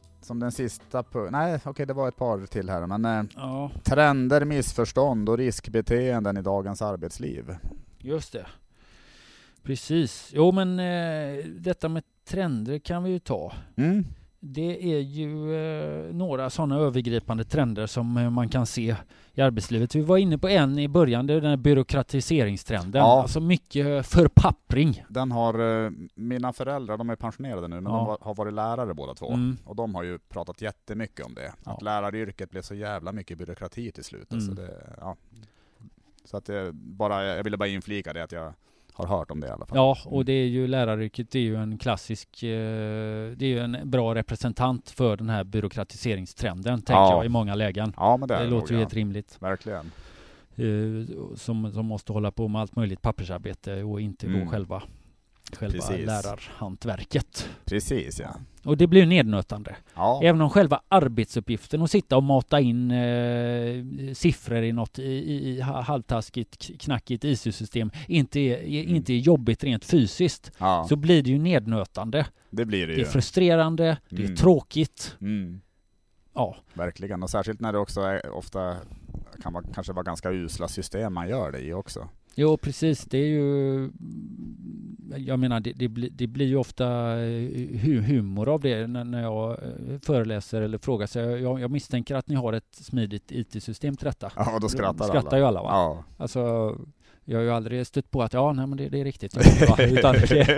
nej, okej, det var ett par till här, men trender, missförstånd och riskbeteenden i dagens arbetsliv. Just det. Precis. Jo, men detta med trender kan vi ju ta. Det är ju några sådana övergripande trender som man kan se i arbetslivet. Vi var inne på en i början, det är den här byråkratiseringstrenden. Alltså mycket förpappring. Den har mina föräldrar, de är pensionerade nu, men de har varit lärare båda två. Och de har ju pratat jättemycket om det. Att läraryrket blev så jävla mycket byråkrati till slut. Alltså så att jag ville bara inflika det att jag har hört om det i alla fall. Ja, och det är ju läraryrket, det är ju en klassisk, det är ju en bra representant för den här byråkratiseringstrenden, tänker jag, i många lägen. Ja, men det låter ju helt rimligt. Verkligen. Som måste hålla på med allt möjligt pappersarbete och inte gå själva lärarhantverket. Precis, ja. Och det blir nednötande. Även om själva arbetsuppgiften att sitta och mata in siffror i något i halvtaskigt, knackigt ISU-system inte är jobbigt rent fysiskt, så blir det ju nednötande. Det blir det ju. Det är frustrerande, det är tråkigt. Ja. Verkligen, och särskilt när det också ofta kan kanske vara ganska usla system man gör det i också. Jo, precis. Det är ju, jag menar, det blir ju ofta humor av det när jag föreläser eller frågar. Så jag misstänker att ni har ett smidigt IT-system till detta. Ja, då skrattar alla. Ju alla, va? Ja. Alltså, jag har ju aldrig stött på att men det är riktigt. Utan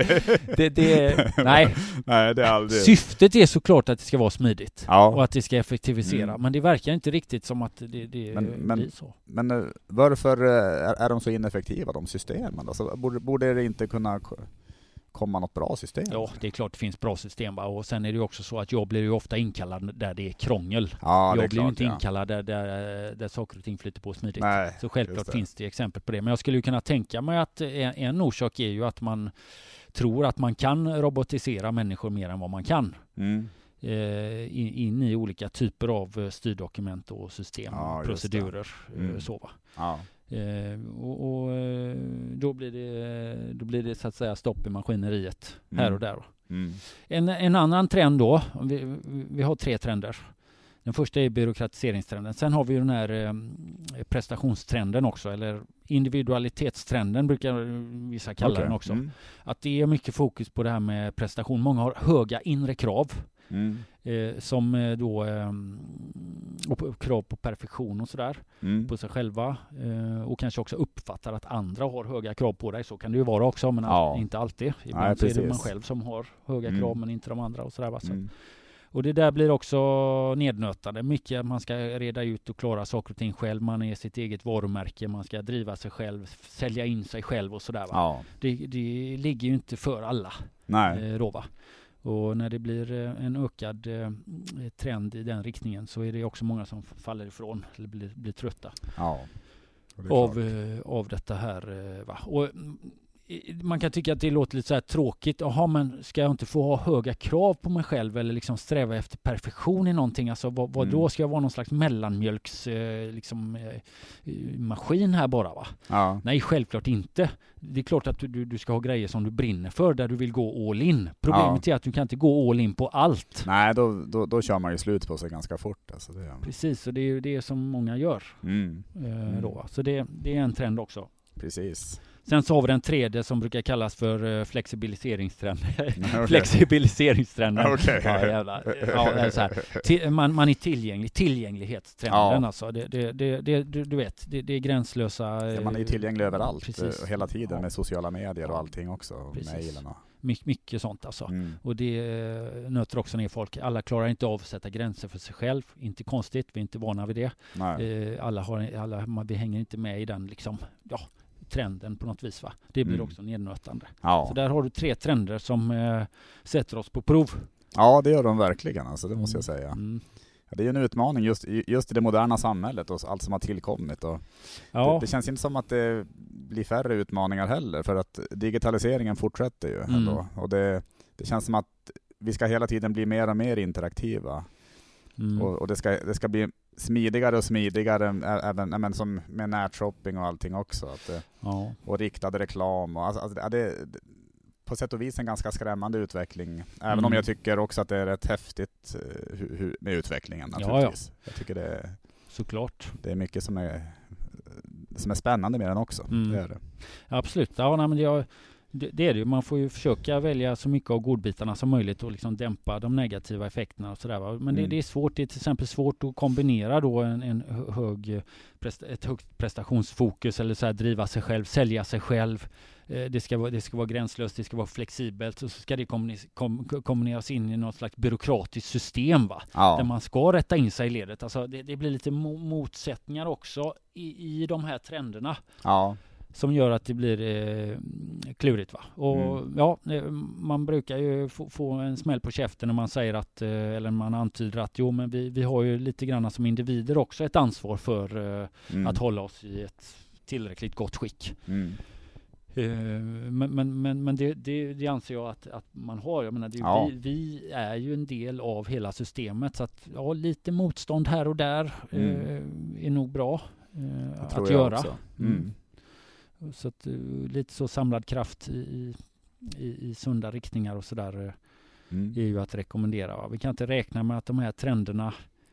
nej, det är aldrig. Syftet är såklart att det ska vara smidigt och att det ska effektivisera. Men det verkar inte riktigt som att det blir så. Men varför är de så ineffektiva, de systemen? Alltså, borde det inte kunna komma något bra system? Ja, det är klart det finns bra system. Va? Och sen är det ju också så att jag blir ju ofta inkallad där det är krångel. Jag blir ju inte inkallad där saker och ting flyter på smidigt. Nej, så självklart finns det exempel på det. Men jag skulle ju kunna tänka mig att en orsak är ju att man tror att man kan robotisera människor mer än vad man kan. In i olika typer av styrdokument och system, procedurer. Så, va? Och då blir det så att säga stopp i maskineriet här och där. En annan trend då, vi har 3 trender. Den första är byråkratiseringstrenden. Sen har vi ju den här prestationstrenden också, eller individualitetstrenden brukar vissa kalla den också. Att det är mycket fokus på det här med prestation. Många har höga inre krav. som då och krav på perfektion och sådär på sig själva och kanske också uppfattar att andra har höga krav på dig. Så kan det ju vara också, men inte alltid. Ibland så är det man själv som har höga krav men inte de andra och sådär. Va? Och det där blir också nednötande. Mycket man ska reda ut och klara saker och ting själv. Man är sitt eget varumärke. Man ska driva sig själv, sälja in sig själv och sådär. Va? Ja. Det ligger ju inte för alla. Nej. Då, va? Och när det blir en ökad trend i den riktningen så är det också många som faller ifrån eller blir trötta av detta här. Va? Och man kan tycka att det låter lite så här tråkigt. Jaha, men ska jag inte få ha höga krav på mig själv eller liksom sträva efter perfektion i någonting? Alltså vad då ska jag vara någon slags mellanmjölks maskin här bara, va? Ja. Nej, självklart inte. Det är klart att du ska ha grejer som du brinner för, där du vill gå all in. Problemet är att du kan inte gå all in på allt. Nej, då kör man ju slut på sig ganska fort. Alltså Precis, och det är ju det som många gör. Då. Så det är en trend också. Precis. Sen så har vi den tredje som brukar kallas för flexibiliseringstrenden. Okay. Flexibiliseringstrenden. Okay. Ja, jävlar. Ja, det är så här. Man är tillgänglig. Tillgänglighetstrenden alltså. Du vet, det är gränslösa... Ja, man är ju tillgänglig överallt. Hela tiden med sociala medier och allting också. Mejlen och... Mycket sånt alltså. Och det nöter också ner folk. Alla klarar inte av att sätta gränser för sig själv. Inte konstigt, vi är inte vana vid det. Vi hänger inte med i den liksom... Ja, trenden på något vis, va? Det blir också nednötande. Ja. Så där har du 3 trender som sätter oss på prov. Ja, det gör de verkligen, alltså, det måste jag säga. Ja, det är en utmaning just i det moderna samhället och allt som har tillkommit. Och det känns inte som att det blir färre utmaningar heller, för att digitaliseringen fortsätter ju ändå. Och det känns som att vi ska hela tiden bli mer och mer interaktiva. Och det ska bli smidigare och smidigare, även som med nätshopping och allting också. Och riktad reklam. Och det på sätt och vis en ganska skrämmande utveckling. Även om jag tycker också att det är rätt häftigt med utvecklingen naturligtvis. Jag tycker det är, såklart. Det är mycket som är spännande med den också. Det är det. Absolut. Ja, men det är det ju. Man får ju försöka välja så mycket av godbitarna som möjligt och liksom dämpa de negativa effekterna och sådär, va? Men det är svårt. Det är till exempel svårt att kombinera då ett högt prestationsfokus eller så här, driva sig själv, sälja sig själv. Det ska vara gränslöst, det ska vara flexibelt, och så ska det kombineras in i något slags byråkratiskt system, va? Där man ska rätta in sig i ledet. Alltså det blir lite motsättningar också i de här trenderna. Ja. Som gör att det blir klurigt, va? Och man brukar ju få en smäll på käften när man säger att, eller man antyder att men vi har ju lite grann som individer också ett ansvar för att hålla oss i ett tillräckligt gott skick. Men det anser jag att man har. Jag menar, vi är ju en del av hela systemet, så att lite motstånd här och där är nog bra att göra. Också. Så att lite så samlad kraft i sunda riktningar och sådär är ju att rekommendera. Va? Vi kan inte räkna med att de här trenderna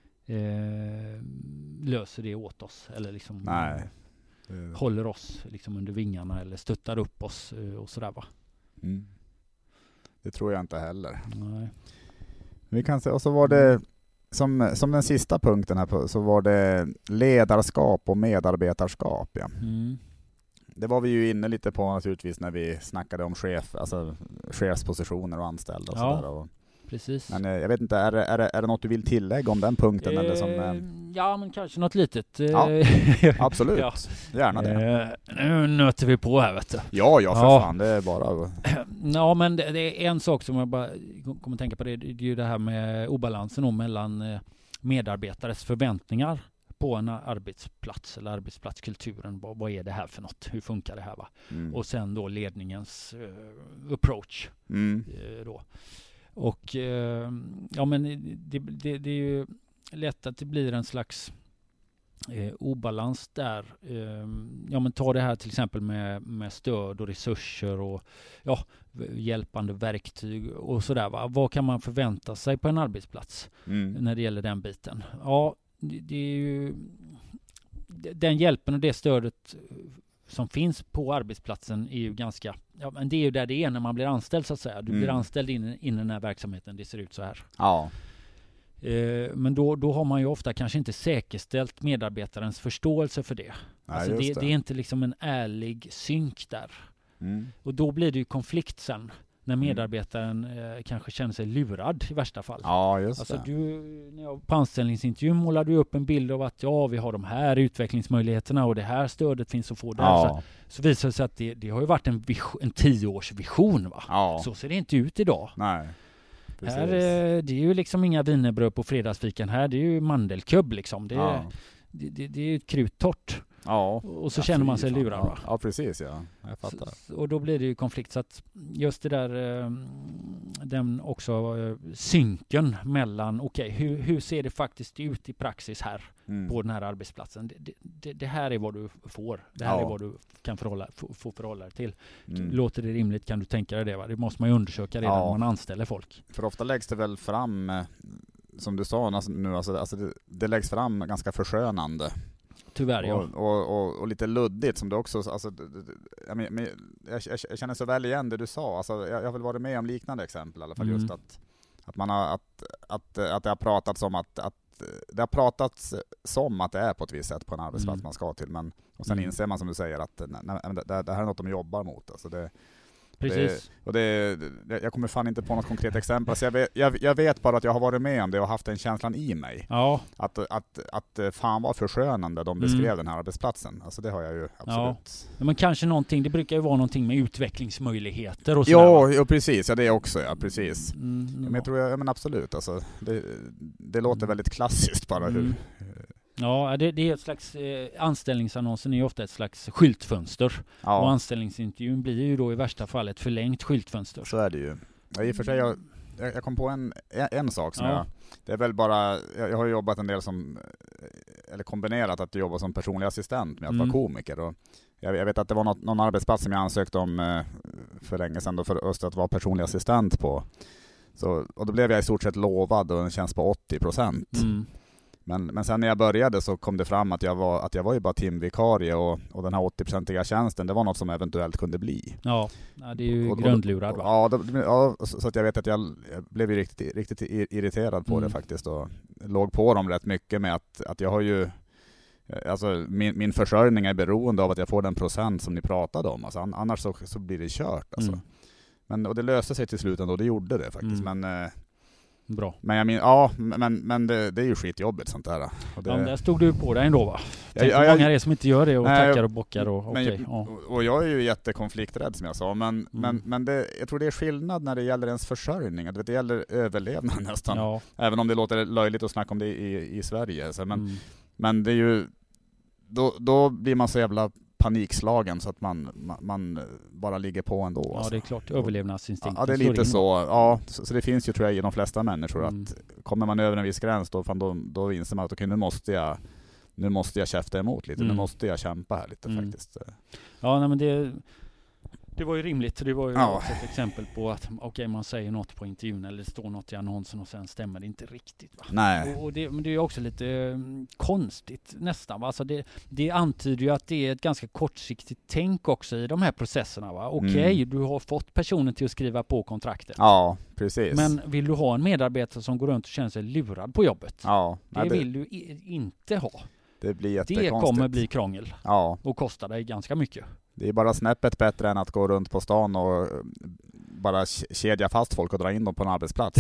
löser det åt oss eller liksom håller oss liksom under vingarna eller stöttar upp oss och sådär, va? Det tror jag inte heller. Nej. Vi kan se, och så var det som den sista punkten här så var det ledarskap och medarbetarskap, ja. Det var vi ju inne lite på naturligtvis när vi snackade om chefspositioner och anställda och sådär. Och, precis. Men jag vet inte, är det något du vill tillägga om den punkten? Eller som, ja, men kanske något litet. Ja, absolut. Gärna det. Nu nöter vi på här, vet du. Ja, för fan, det är bara... Ja, men det är en sak som jag bara kommer tänka på. Det är ju det här med obalansen mellan medarbetares förväntningar på en arbetsplats eller arbetsplatskulturen. Vad är det här för något? Hur funkar det här, va? Och sen då ledningens approach då. Och men det är ju lätt att det blir en slags obalans där. Men ta det här till exempel med stöd och resurser och hjälpande verktyg och sådär, va? Vad kan man förvänta sig på en arbetsplats när det gäller den biten? Ja, det är ju den hjälpen och det stödet som finns på arbetsplatsen är ju ganska Ja, men det är ju där det är när man blir anställd så att säga. Du blir anställd in i den här verksamheten, det ser ut så här. Ja. Men då har man ju ofta kanske inte säkerställt medarbetarens förståelse för det. Nej, alltså det är inte liksom en ärlig synk där. Och då blir det ju konflikt sen. När medarbetaren kanske känner sig lurad i värsta fall. Ja, just alltså det. när jag på anställningsintervjun målade du upp en bild av att vi har de här utvecklingsmöjligheterna och det här stödet finns att få där. Ja. Så visar det sig att det har ju varit en 10-årsvision. Va? Ja. Så ser det inte ut idag. Nej. Precis. Här, det är ju liksom inga wienerbröd på fredagsfikan här. Det är ju mandelkubb liksom. Det är ju ett kruttorrt. Ja. Och så känner man sig lurad. Va? Ja, precis. Ja. Jag fattar. Och då blir det ju konflikt. Så att just det där, den också synken mellan, hur ser det faktiskt ut i praxis här på den här arbetsplatsen? Det här är vad du får. Det här är vad du kan få förhålla dig till. Låter det rimligt? Kan du tänka dig det? Va? Det måste man ju undersöka redan när man anställer folk. För ofta läggs det väl fram, som du sa nu, alltså det läggs fram ganska förskönande. Tyvärr, ja. Och lite luddigt som det också, alltså, jag känner så väl igen det du sa. Alltså, jag har väl varit med om liknande exempel i alla fall, just att man har att det har pratats om att det har pratats som att det är på ett visst sätt på en arbetsplats man ska till, men och sen inser man, som du säger, att det här är något de jobbar mot. Alltså precis. Jag kommer fan inte på något konkret exempel. Alltså jag vet bara att jag har varit med om det och haft den känslan i mig. Ja. Att fan var förskönande de beskrev den här arbetsplatsen. Alltså det har jag ju absolut. Ja, men kanske någonting, det brukar ju vara någonting med utvecklingsmöjligheter och sådär. Ja, precis. Ja, det också, ja, precis. Men jag tror, men absolut. Alltså, det låter väldigt klassiskt bara hur... Ja, det är ett slags, anställningsannonsen är ju ofta ett slags skyltfönster. Ja. Och anställningsintervjun blir ju då i värsta fall ett förlängt skyltfönster. Så är det ju. Ja, i och för sig, jag kom på en sak som det är väl bara, jag har ju jobbat en del eller kombinerat att jobba som personlig assistent med att vara komiker. Och jag vet att det var någon arbetsplats som jag ansökte om för länge sedan då, för att vara personlig assistent på. Och då blev jag i stort sett lovad och en tjänst på 80%. Men sen när jag började så kom det fram att jag var ju bara timvikarie och den här 80-procentiga tjänsten, det var något som eventuellt kunde bli. Ja, det är ju grundlurad, va? Ja, så att jag vet att jag blev ju riktigt irriterad på det faktiskt, och låg på dem rätt mycket med att jag har ju, alltså min försörjning är beroende av att jag får den procent som ni pratade om. Alltså, annars så blir det kört. Alltså. Och det löste sig till slut ändå, det gjorde det faktiskt. Bra. Men men det är ju skitjobbigt sånt där. Men där stod du på dig ändå, va? Tänk hur många är det som inte gör det och tackar och bockar och jag är ju jättekonflikträdd som jag sa, men jag tror det är skillnad när det gäller ens försörjning. Det gäller överlevnad nästan. Ja. Även om det låter löjligt att snacka om det i Sverige. Så, men det är ju då blir man så jävla panikslagen så att man bara ligger på ändå. Ja, det är klart. Överlevnadsinstinkten. Ja, det är lite så. Ja, så det finns ju, tror jag, i de flesta människor att kommer man över en viss gräns då inser man att okej, nu måste jag käfta emot lite. Nu måste jag kämpa här lite faktiskt. Ja, nej, men det var ju rimligt. Det var ju också ett exempel på att man säger något på intervjun eller det står något i annonsen och sen stämmer det inte riktigt. Va? Nej. Men det är också lite konstigt nästan. Va? Alltså det antyder ju att det är ett ganska kortsiktigt tänk också i de här processerna. Va? Du har fått personen till att skriva på kontraktet. Ja, precis. Men vill du ha en medarbetare som går runt och känner sig lurad på jobbet? Ja. Det vill du inte ha. Det blir jättekonstigt. Det kommer bli krångel. Ja. Och kosta dig ganska mycket. Det är bara snäppet bättre än att gå runt på stan och bara kedja fast folk och dra in dem på en arbetsplats.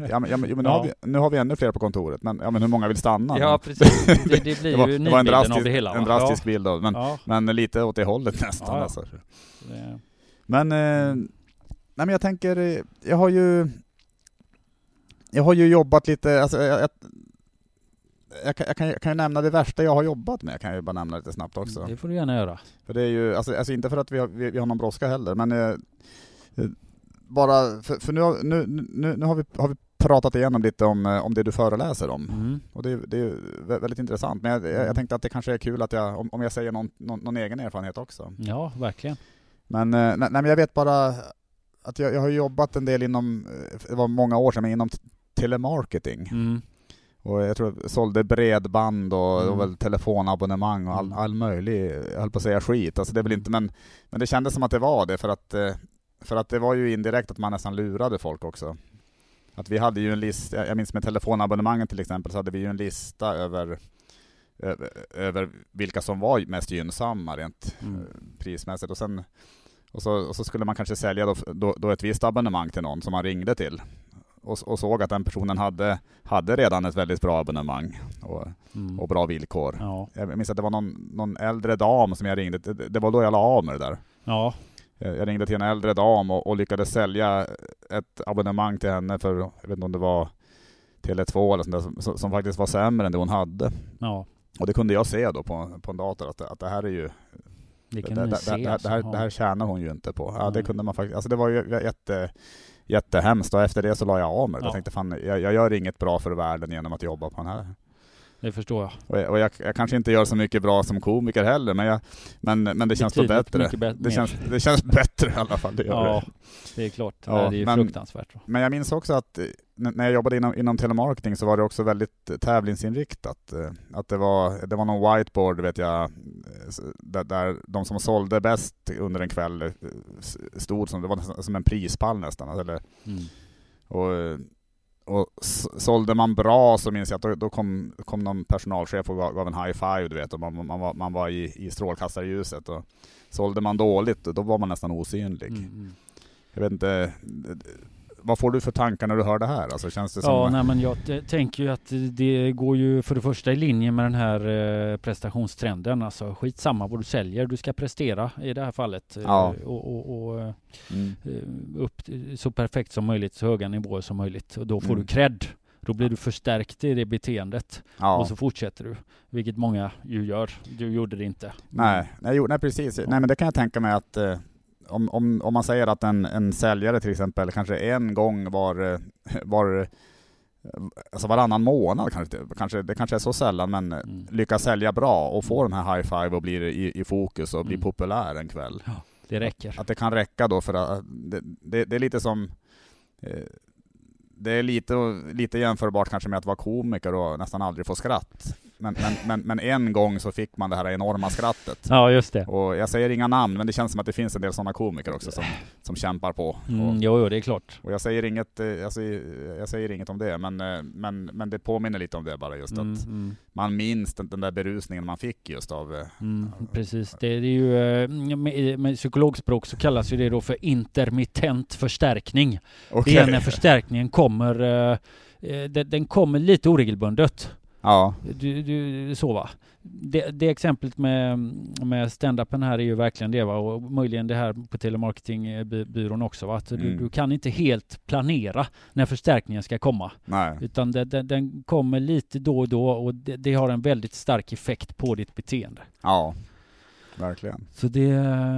Nu har vi ännu fler på kontoret, men hur många vill stanna? Ja, precis. Det blir ju det var av det hela. En drastisk bild av, men lite åt det hållet nästan. Ja. Alltså. Men jag tänker, jag har ju jobbat lite, alltså jag kan ju nämna det värsta jag har jobbat med. Jag kan ju bara nämna lite snabbt också. Det får du gärna göra. För det är ju, alltså inte för att vi har någon brådska heller, men bara för nu har vi pratat igenom lite om det du föreläser om. Och det är väldigt intressant. Men jag tänkte att det kanske är kul att om jag säger någon egen erfarenhet också. Ja, verkligen. Men jag vet bara att jag har jobbat en del inom, det var många år sedan, men inom telemarketing. Och jag tror jag sålde bredband och väl telefonabonnemang och all möjlig, jag höll på att säga skit. Alltså det är väl inte, men det kändes som att det var det, för att det var ju indirekt att man nästan lurade folk också. Att vi hade ju en lista, jag minns med telefonabonnemangen till exempel, så hade vi ju en lista över vilka som var mest gynnsamma rent prismässigt. Och så skulle man kanske sälja då ett visst abonnemang till någon som man ringde till. Och såg att den personen hade redan ett väldigt bra abonnemang och bra villkor. Ja. Jag minns att det var någon äldre dam som jag ringde. Det var då jag la av med det där. Ja. Jag ringde till en äldre dam och lyckades sälja ett abonnemang till henne för, jag vet inte om det var Tele2 eller sånt där, som faktiskt var sämre än det hon hade. Ja. Och det kunde jag se då på en dator att det här är ju det här tjänar hon ju inte på. Ja, det kunde man faktiskt. Alltså det var ju jättehemskt, och efter det så la jag av mig. Jag tänkte fan, jag gör inget bra för världen genom att jobba på den här. Det förstår jag. Och jag kanske inte gör så mycket bra som komiker heller, men det känns då bättre. Det känns bättre i alla fall. Det gör det är klart. Ja, det är fruktansvärt. Men jag minns också att när jag jobbade inom telemarketing så var det också väldigt tävlingsinriktat. Att det var någon whiteboard, vet jag, där de som sålde bäst under en kväll stod det var som en prispall nästan. Eller, och sålde man bra så minns jag att då kom någon personalchef och gav en high five, du vet, och man var i strålkastarljuset, och sålde man dåligt då var man nästan osynlig. Jag vet inte, vad får du för tankar när du hör det här? Alltså, känns det som... men jag tänker ju att det går ju för det första i linje med den här prestationstrenden. Alltså skitsamma vad du säljer, du ska prestera i det här fallet. Upp så perfekt som möjligt, så höga nivåer som möjligt. Och då får du cred. Då blir du förstärkt i det beteendet. Och så fortsätter du. Vilket många ju gör. Du gjorde det inte. Nej precis. Nej, men det kan jag tänka mig att... Om man säger att en säljare till exempel kanske en gång var alltså varannan månad det kanske är så sällan, men lyckas sälja bra och få de här high five och blir i fokus och blir populär en kväll. Ja, det räcker. Att det kan räcka då, för att det är lite som det är lite jämförbart kanske med att vara komiker och nästan aldrig få skratt. Men en gång så fick man det här enorma skrattet. Ja, just det. Och jag säger inga namn, men det känns som att det finns en del sådana komiker också som kämpar på. Jo, det är klart. Och jag säger inget om det, men det påminner lite om det bara, just att man minns den där berusningen man fick just av... precis. Det är ju med psykologspråk så kallas ju det då för intermittent förstärkning. Okay. Det är när förstärkningen kommer den kommer lite oregelbundet. Ja. Du så va. Det exemplet med stand-upen här är ju verkligen det, va, och möjligen det här på telemarketingbyrån också, va, att du kan inte helt planera när förstärkningen ska komma. Nej. Utan den kommer lite då och då, och det har en väldigt stark effekt på ditt beteende. Ja. Verkligen. Så det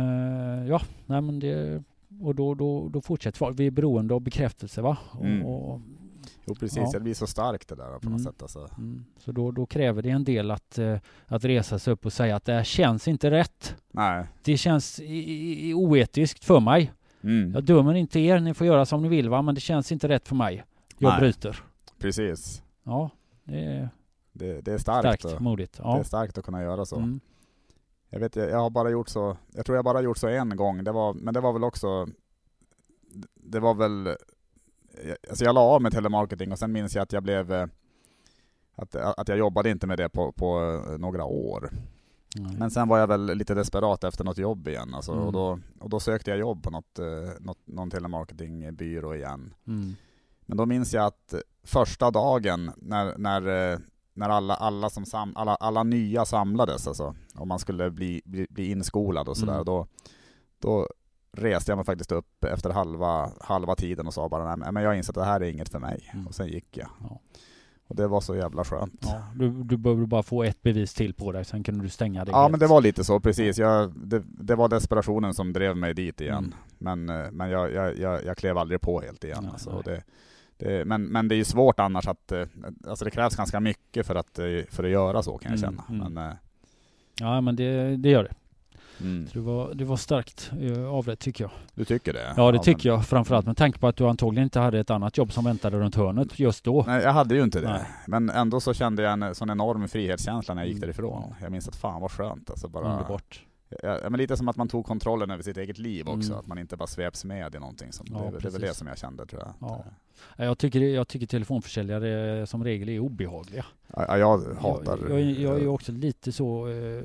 och då fortsätter vi är beroende av bekräftelse, va? Och jo, precis. Det blir så starkt det där på något sätt. Alltså. Så då kräver det en del att resa sig upp och säga att det här känns inte rätt. Nej. Det känns oetiskt för mig. Jag dömer inte er, ni får göra som ni vill, va? Men det känns inte rätt för mig. Jag bryter. Precis. Ja, det är starkt modigt. Ja. Det är starkt att kunna göra så. Jag vet, jag har bara gjort så. Jag tror jag bara gjort så en gång. Men det var väl också... Det var väl... Alltså jag la av med telemarketing, och sen minns jag att jag blev... Att jag jobbade inte med det på några år. Men sen var jag väl lite desperat efter något jobb igen. Alltså, och då sökte jag jobb på någon telemarketingbyrå igen. Men då minns jag att första dagen när alla nya samlades, alltså, och man skulle bli inskolad och sådär, då reste jag mig faktiskt upp efter halva tiden och sa bara, nej, men jag insett att det här är inget för mig. Och sen gick jag. Ja. Och det var så jävla skönt. Ja, du behöver bara få ett bevis till på dig, sen kunde du stänga det. Ja, helt. Men det var lite så, precis. Det var desperationen som drev mig dit igen. Men jag klev aldrig på helt igen. Nej, alltså, men det är ju svårt annars att... Alltså det krävs ganska mycket för att göra så, kan jag känna. Ja, men det gör det. Det var starkt av det, tycker jag. Du tycker det? Ja, det tycker jag. Framförallt med tanke på att du antagligen inte hade ett annat jobb som väntade runt hörnet just då. Nej, jag hade ju inte det. Nej. Men ändå så kände jag en sån enorm frihetskänsla när jag gick därifrån. Ja. Jag minns att fan vad skönt. Alltså bara, underbart. Men lite som att man tog kontrollen över sitt eget liv också. Att man inte bara sveps med i någonting. Det är väl det som jag kände, tror jag. Ja. Jag tycker telefonförsäljare som regel är obehagliga. Ja, jag hatar... Jag är ju också lite så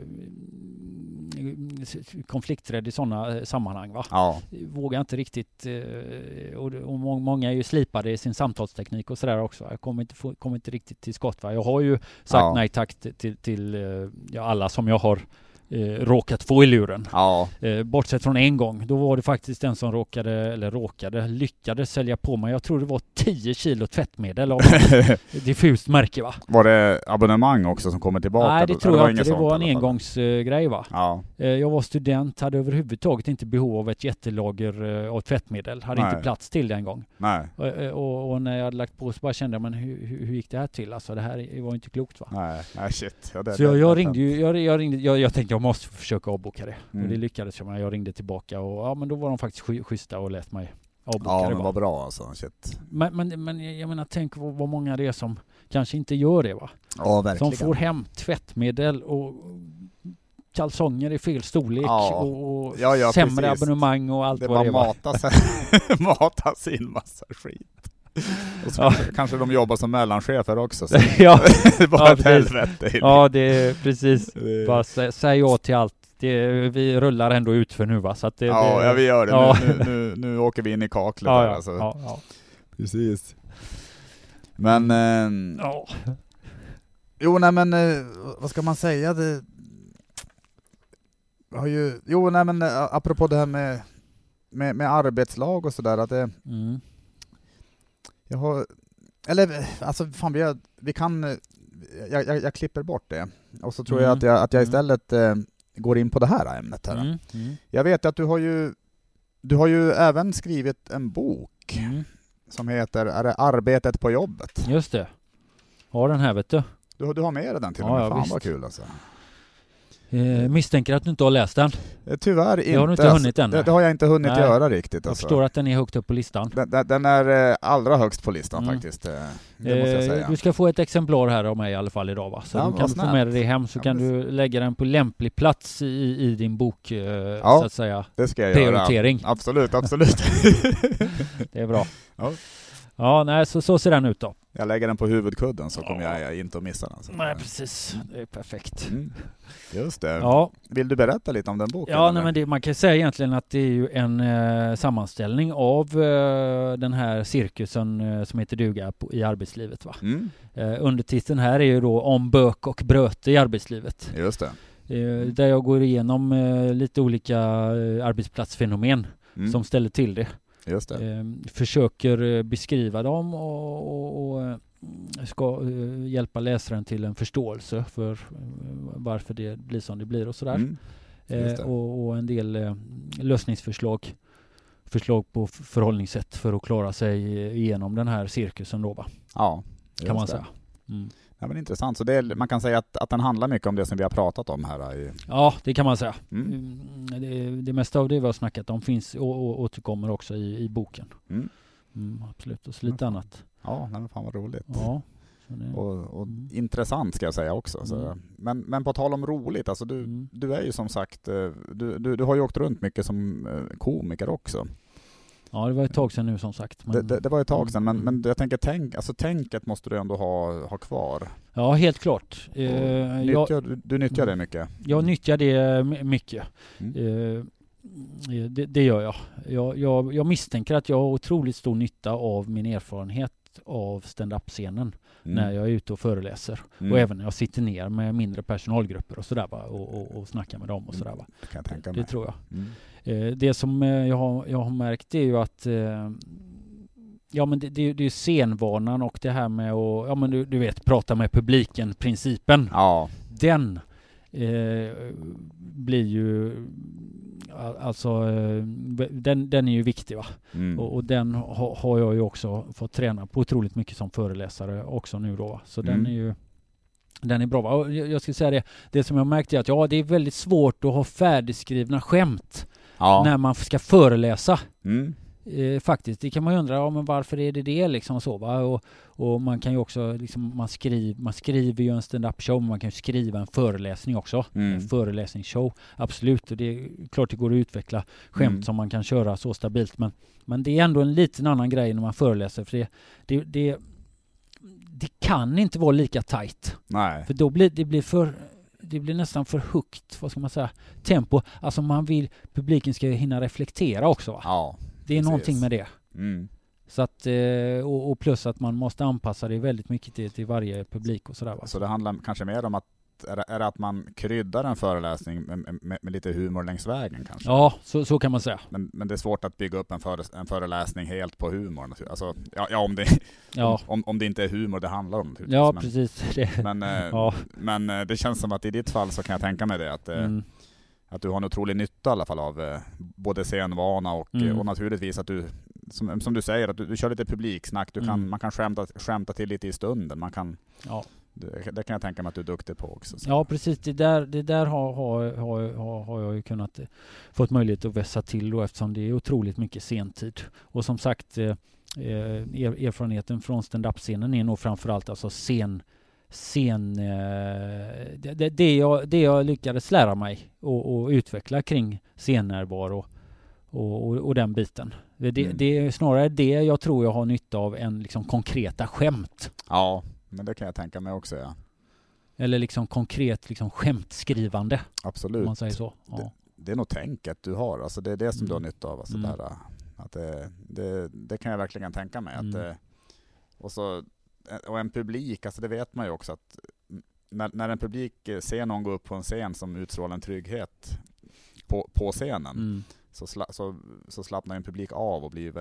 konflikträdd i sådana sammanhang. Va? Ja. Vågar inte riktigt... Och många är ju slipade i sin samtalsteknik och sådär också. Jag kommer inte riktigt till skott. Va? Jag har ju sagt nej tack till alla som jag har råkat få i luren. Ja. Bortsett från en gång. Då var det faktiskt en som lyckades sälja på mig. Jag tror det var 10 kilo tvättmedel av diffust märke, va? Var det abonnemang också som kommer tillbaka? Nej, det tror jag inte. Det var en engångsgrej, va? Ja. Jag var student, hade överhuvudtaget inte behov av ett jättelager av tvättmedel. Hade inte plats till det en gång. Nej. Och när jag hade lagt på så bara kände jag, men hur gick det här till? Alltså det här var inte klokt, va? Nej shit. Ja, så jag ringde ju, jag tänkte jag måste försöka avboka det. Och det lyckades jag med. Jag ringde tillbaka och men då var de faktiskt schyssta och lät mig avboka det. Ja, men vad bra alltså. Shit. Men jag menar, tänk vad många det är som kanske inte gör det, va? Ja, verkligen. Som får hem tvättmedel och kalsonger i fel storlek och sämre abonnemang och allt vad det var. Matas in massa skit. Och så kanske de jobbar som mellanchefer också. Så. Det var ett helvete. Ja, det är precis. Bara säg ja till allt. Vi rullar ändå ut för nu, va? Så att ja, vi gör det. Ja. Nu åker vi in i kaklet. Ja, där, alltså. Ja. Precis. Men... Jo, nej men... vad ska man säga? Det har ju... Jo, nej men apropå det här med arbetslag och sådär, att det... Jag har... Eller, alltså fan, vi kan... Jag klipper bort det. Och så tror jag att jag istället går in på det här ämnet här. Jag vet att du har ju även skrivit en bok som heter Arbetet på jobbet. Just det. Ja, den här, vet du. Du har med den till och med. Fan visst. Vad kul alltså. Misstänker att du inte har läst den. Tyvärr inte. Det har du inte hunnit än. Det har jag inte hunnit göra riktigt. Jag förstår att den är högt upp på listan. Den är allra högst på listan faktiskt. Det måste jag säga. Du ska få ett exemplar här av mig i alla fall idag, va? Så du kan få med dig hem, så kan du lägga den på lämplig plats i din bok, så att säga. Det ska jag prioritering. Göra. Absolut. Det är bra. Ja, nej, så ser den ut då. Jag lägger den på huvudkudden så kommer jag inte att missa den. Så. Nej, precis. Det är perfekt. Just det. Ja. Vill du berätta lite om den boken? Ja, nej, men man kan säga egentligen att det är ju en sammanställning av den här cirkusen som heter duga i arbetslivet, va? Undertiteln här är ju då om bök och bröte i arbetslivet. Just det. Där jag går igenom lite olika arbetsplatsfenomen som ställer till det. Just det. Försöker beskriva dem och ska hjälpa läsaren till en förståelse för varför det blir som det blir och sådär. Och en del lösningsförslag. Förslag på förhållningssätt för att klara sig igenom den här cirkusen då, va? Ja, kan man säga. Ja, men intressant. Så man kan säga att den handlar mycket om det som vi har pratat om här. Ja, det kan man säga. Det mesta av det vi har snackat om finns och återkommer också i boken. Absolut, och så lite annat. Ja, men fan vad roligt. Ja, och intressant ska jag säga också. Så. Men på tal om roligt, alltså du är ju som sagt, du har ju åkt runt mycket som komiker också. Ja, det var ett tag sedan nu som sagt. Men... Det var ett tag sedan, men jag tänker tänket måste du ändå ha kvar. Ja, helt klart. Du nyttjar det mycket? Jag nyttjar det mycket. Det gör jag. Jag misstänker att jag har otroligt stor nytta av min erfarenhet av stand-up-scenen när jag är ute och föreläser. Och även när jag sitter ner med mindre personalgrupper och sådär, va? Och snackar med dem och sådär, va? Det kan jag tänka mig. Det tror jag. Det som jag har märkt är ju att men det är scenvanan och det här med att du vet, prata med publiken, principen. Ja. Den blir ju alltså den är ju viktig, va? Och den har jag ju också fått träna på otroligt mycket som föreläsare också nu då. Så den är ju Den är bra, va? Och jag skulle säga det som jag märkte är att det är väldigt svårt att ha färdigskrivna skämt när man ska föreläsa. Faktiskt, det kan man ju undra, men varför är det liksom så, va? Och man kan ju också liksom, man skriver ju en stand-up show, men man kan ju skriva en föreläsning också. En föreläsningsshow, absolut. Och det är klart det går att utveckla skämt som man kan köra så stabilt, men det är ändå en liten annan grej när man föreläser, för det kan inte vara lika tajt. Nej. För då blir det blir nästan för högt, vad ska man säga, tempo. Alltså man vill publiken ska hinna reflektera också, va? Ja. Det är någonting med det. Så att, och plus att man måste anpassa det väldigt mycket till varje publik och sådär, va? Så det handlar kanske mer om att är det att man kryddar en föreläsning med lite humor längs vägen kanske? Ja, så kan man säga. Men det är svårt att bygga upp en föreläsning helt på humor. Alltså, om det inte är humor det handlar om. Ja, precis. Men det känns som att i ditt fall så kan jag tänka mig det att du har en otrolig nytta i alla fall av både scenvana och naturligtvis att du som du säger att du kör lite publiksnack, man kan skämta till lite i stunden, man kan det kan jag tänka mig att du är duktig på också. Så. Ja, precis. Det där har jag ju kunnat fått möjlighet att vässa till då, eftersom det är otroligt mycket sentid. Och som sagt, erfarenheten från stand-up-scenen är nog framförallt alltså det jag lyckades lära mig och utveckla kring scennärvaro och den biten. Det är snarare det jag tror jag har nytta av än liksom konkreta skämt. Ja, men det kan jag tänka mig också, ja. Eller liksom konkret liksom skämtskrivande. Absolut. Om man säger så. Ja. Det är nog tänket du har. Alltså det är det som du har nytta av. Alltså att det kan jag verkligen tänka mig. Och en publik, alltså det vet man ju också att när en publik ser någon gå upp på en scen som utstrålar en trygghet på scenen så slappnar en publik av och blir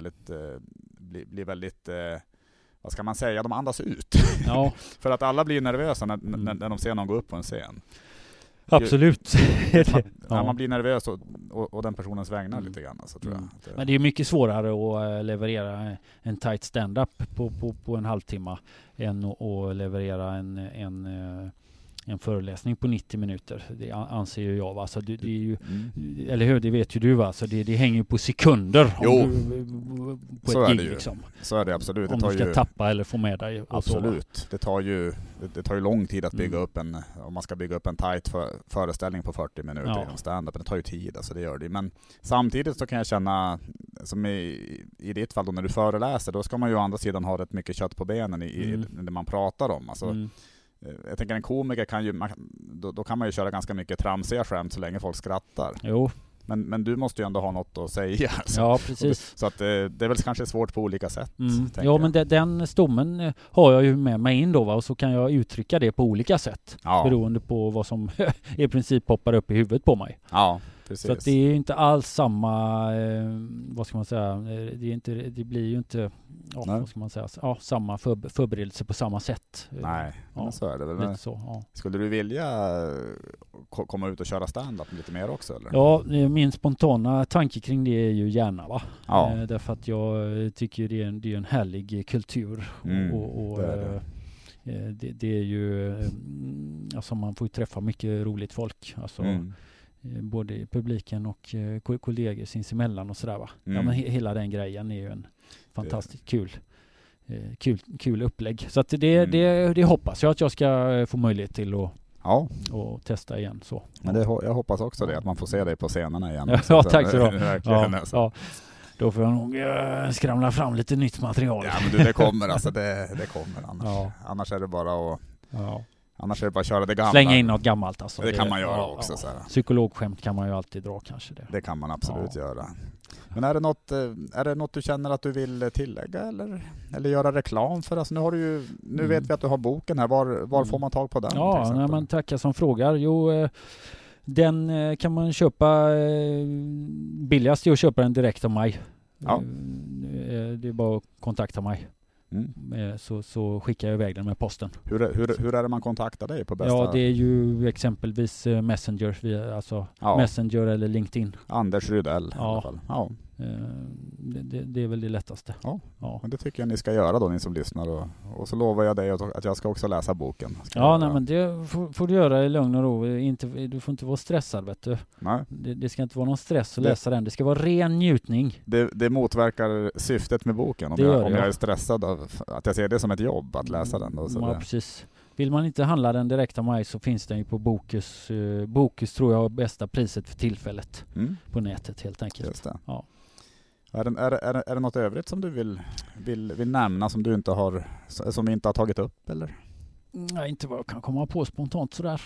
väldigt vad ska man säga, de andas ut. Ja. För att alla blir nervösa när de ser någon gå upp på en scen. Absolut. Man blir nervös och den personens vägnar lite grann. Så tror jag. Men det är mycket svårare att leverera en tight stand-up på en halvtimme än att leverera en föreläsning på 90 minuter. Det anser ju jag. Alltså det är ju, eller hur, det vet ju du. Alltså det hänger ju på sekunder. På så ett är gig, det ju. Liksom. Så är det absolut. Om du ska tappa eller få med dig. Absolut. Det tar ju lång tid att bygga upp om man ska bygga upp en tight föreställning på 40 minuter inom stand-up. Det tar ju tid, alltså det gör det. Men samtidigt så kan jag känna, som i ditt fall då, när du föreläser, då ska man ju å andra sidan ha rätt mycket kött på benen i det man pratar om. Alltså, jag tänker en komiker kan ju, då kan man ju köra ganska mycket tramsiga skämt så länge folk skrattar. Jo. Men du måste ju ändå ha något att säga. Ja, precis. Så att det är väl kanske svårt på olika sätt. Ja, men den stommen har jag ju med mig in då, va? Och så kan jag uttrycka det på olika sätt. Ja. Beroende på vad som i princip poppar upp i huvudet på mig. Ja, precis. Så att det är ju inte alls samma, vad ska man säga, det blir ju inte, vad ska man säga, samma förberedelse på samma sätt. Nej, men så är det väl. Lite så, ja. Skulle du vilja komma ut och köra stand-up lite mer också, eller? Ja, min spontana tanke kring det är ju gärna, va? Ja. Därför att jag tycker det är en härlig kultur. Och det är ju, alltså man får ju träffa mycket roligt folk. Alltså både i publiken och kollegor sinsemellan och sådär, va? Ja, men hela den grejen är ju en fantastiskt kul upplägg. Så att det hoppas jag att jag ska få möjlighet till och testa igen. Så. Men jag hoppas också det, att man får se dig på scenerna igen. Ja, tack så mycket. Ja. Då får jag nog skramla fram lite nytt material. Ja, men det kommer alltså. Det kommer annars. Ja. Annars är det bara att... Ja. Annars är det bara att köra det gamla. Slänga in något gammalt alltså. Det kan man göra också. Ja. Så här. Psykologskämt kan man ju alltid dra kanske. Det kan man absolut göra. Men är det något du känner att du vill tillägga eller göra reklam för? Alltså nu vet vi att du har boken här. Var får man tag på den? Ja, när man tackar som frågar. Jo, den kan man köpa, billigast är att köpa den direkt av mig. Ja. Det är bara att kontakta mig. Så skickar jag iväg den med posten. Hur är det man kontaktar dig på bästa? Ja, det är ju exempelvis Messenger, Messenger eller LinkedIn. Anders Rydell i alla fall. Ja. Det är väl det lättaste. Ja. Men det tycker jag ni ska göra då, ni som lyssnar. Och så lovar jag dig att jag ska också läsa boken. Men det får du göra i lugn och ro. Du får inte vara stressad, vet du. Nej. Det ska inte vara någon stress att läsa den. Det ska vara ren njutning. Det motverkar syftet med boken. Om jag är stressad av att jag ser det som ett jobb att läsa den. Då, så precis. Vill man inte handla den direkt av mig så finns den ju på Bokus. Bokus tror jag har bästa priset för tillfället på nätet helt enkelt. Just det. Ja. Är det något övrigt som du vill nämna som vi inte har tagit upp eller? Nej, inte vad jag kan komma på spontant sådär.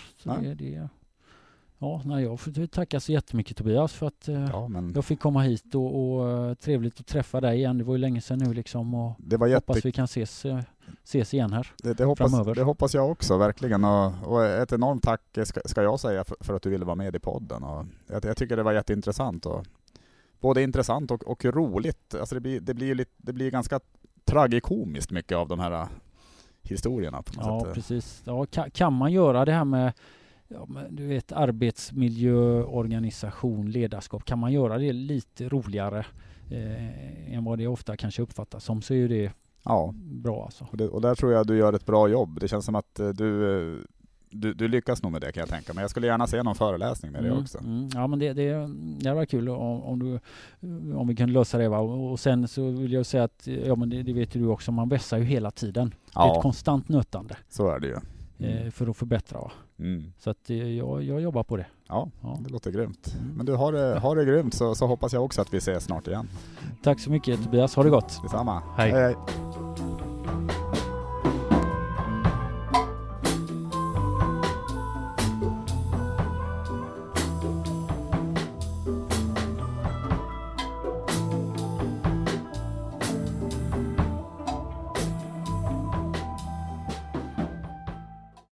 Jag får tacka så jättemycket Tobias för att jag fick komma hit och trevligt att träffa dig igen. Det var ju länge sedan nu liksom och hoppas vi kan ses igen här framöver. Det hoppas jag också verkligen och ett enormt tack ska jag säga för att du ville vara med i podden och jag tycker det var jätteintressant och både intressant och roligt. Alltså det blir ganska tragikomiskt mycket av de här historierna på något sätt. Precis. Ja, kan man göra det här med du vet arbetsmiljö, organisation, ledarskap, kan man göra det lite roligare än vad det ofta kanske uppfattas som, så är det bra alltså. Och där tror jag du gör ett bra jobb. Det känns som att du lyckas nog med det, kan jag tänka. Men jag skulle gärna se någon föreläsning med det också. Ja, men det var kul om vi kan lösa det. Va? Och sen så vill jag säga att det vet du också, man vässar ju hela tiden. Det är ett konstant nötande. Så är det ju. För att förbättra. Va? Så att jag jobbar på det. Ja, det låter grymt. Men du har det grymt så hoppas jag också att vi ses snart igen. Tack så mycket Tobias, ha det gott. Detsamma. Hej.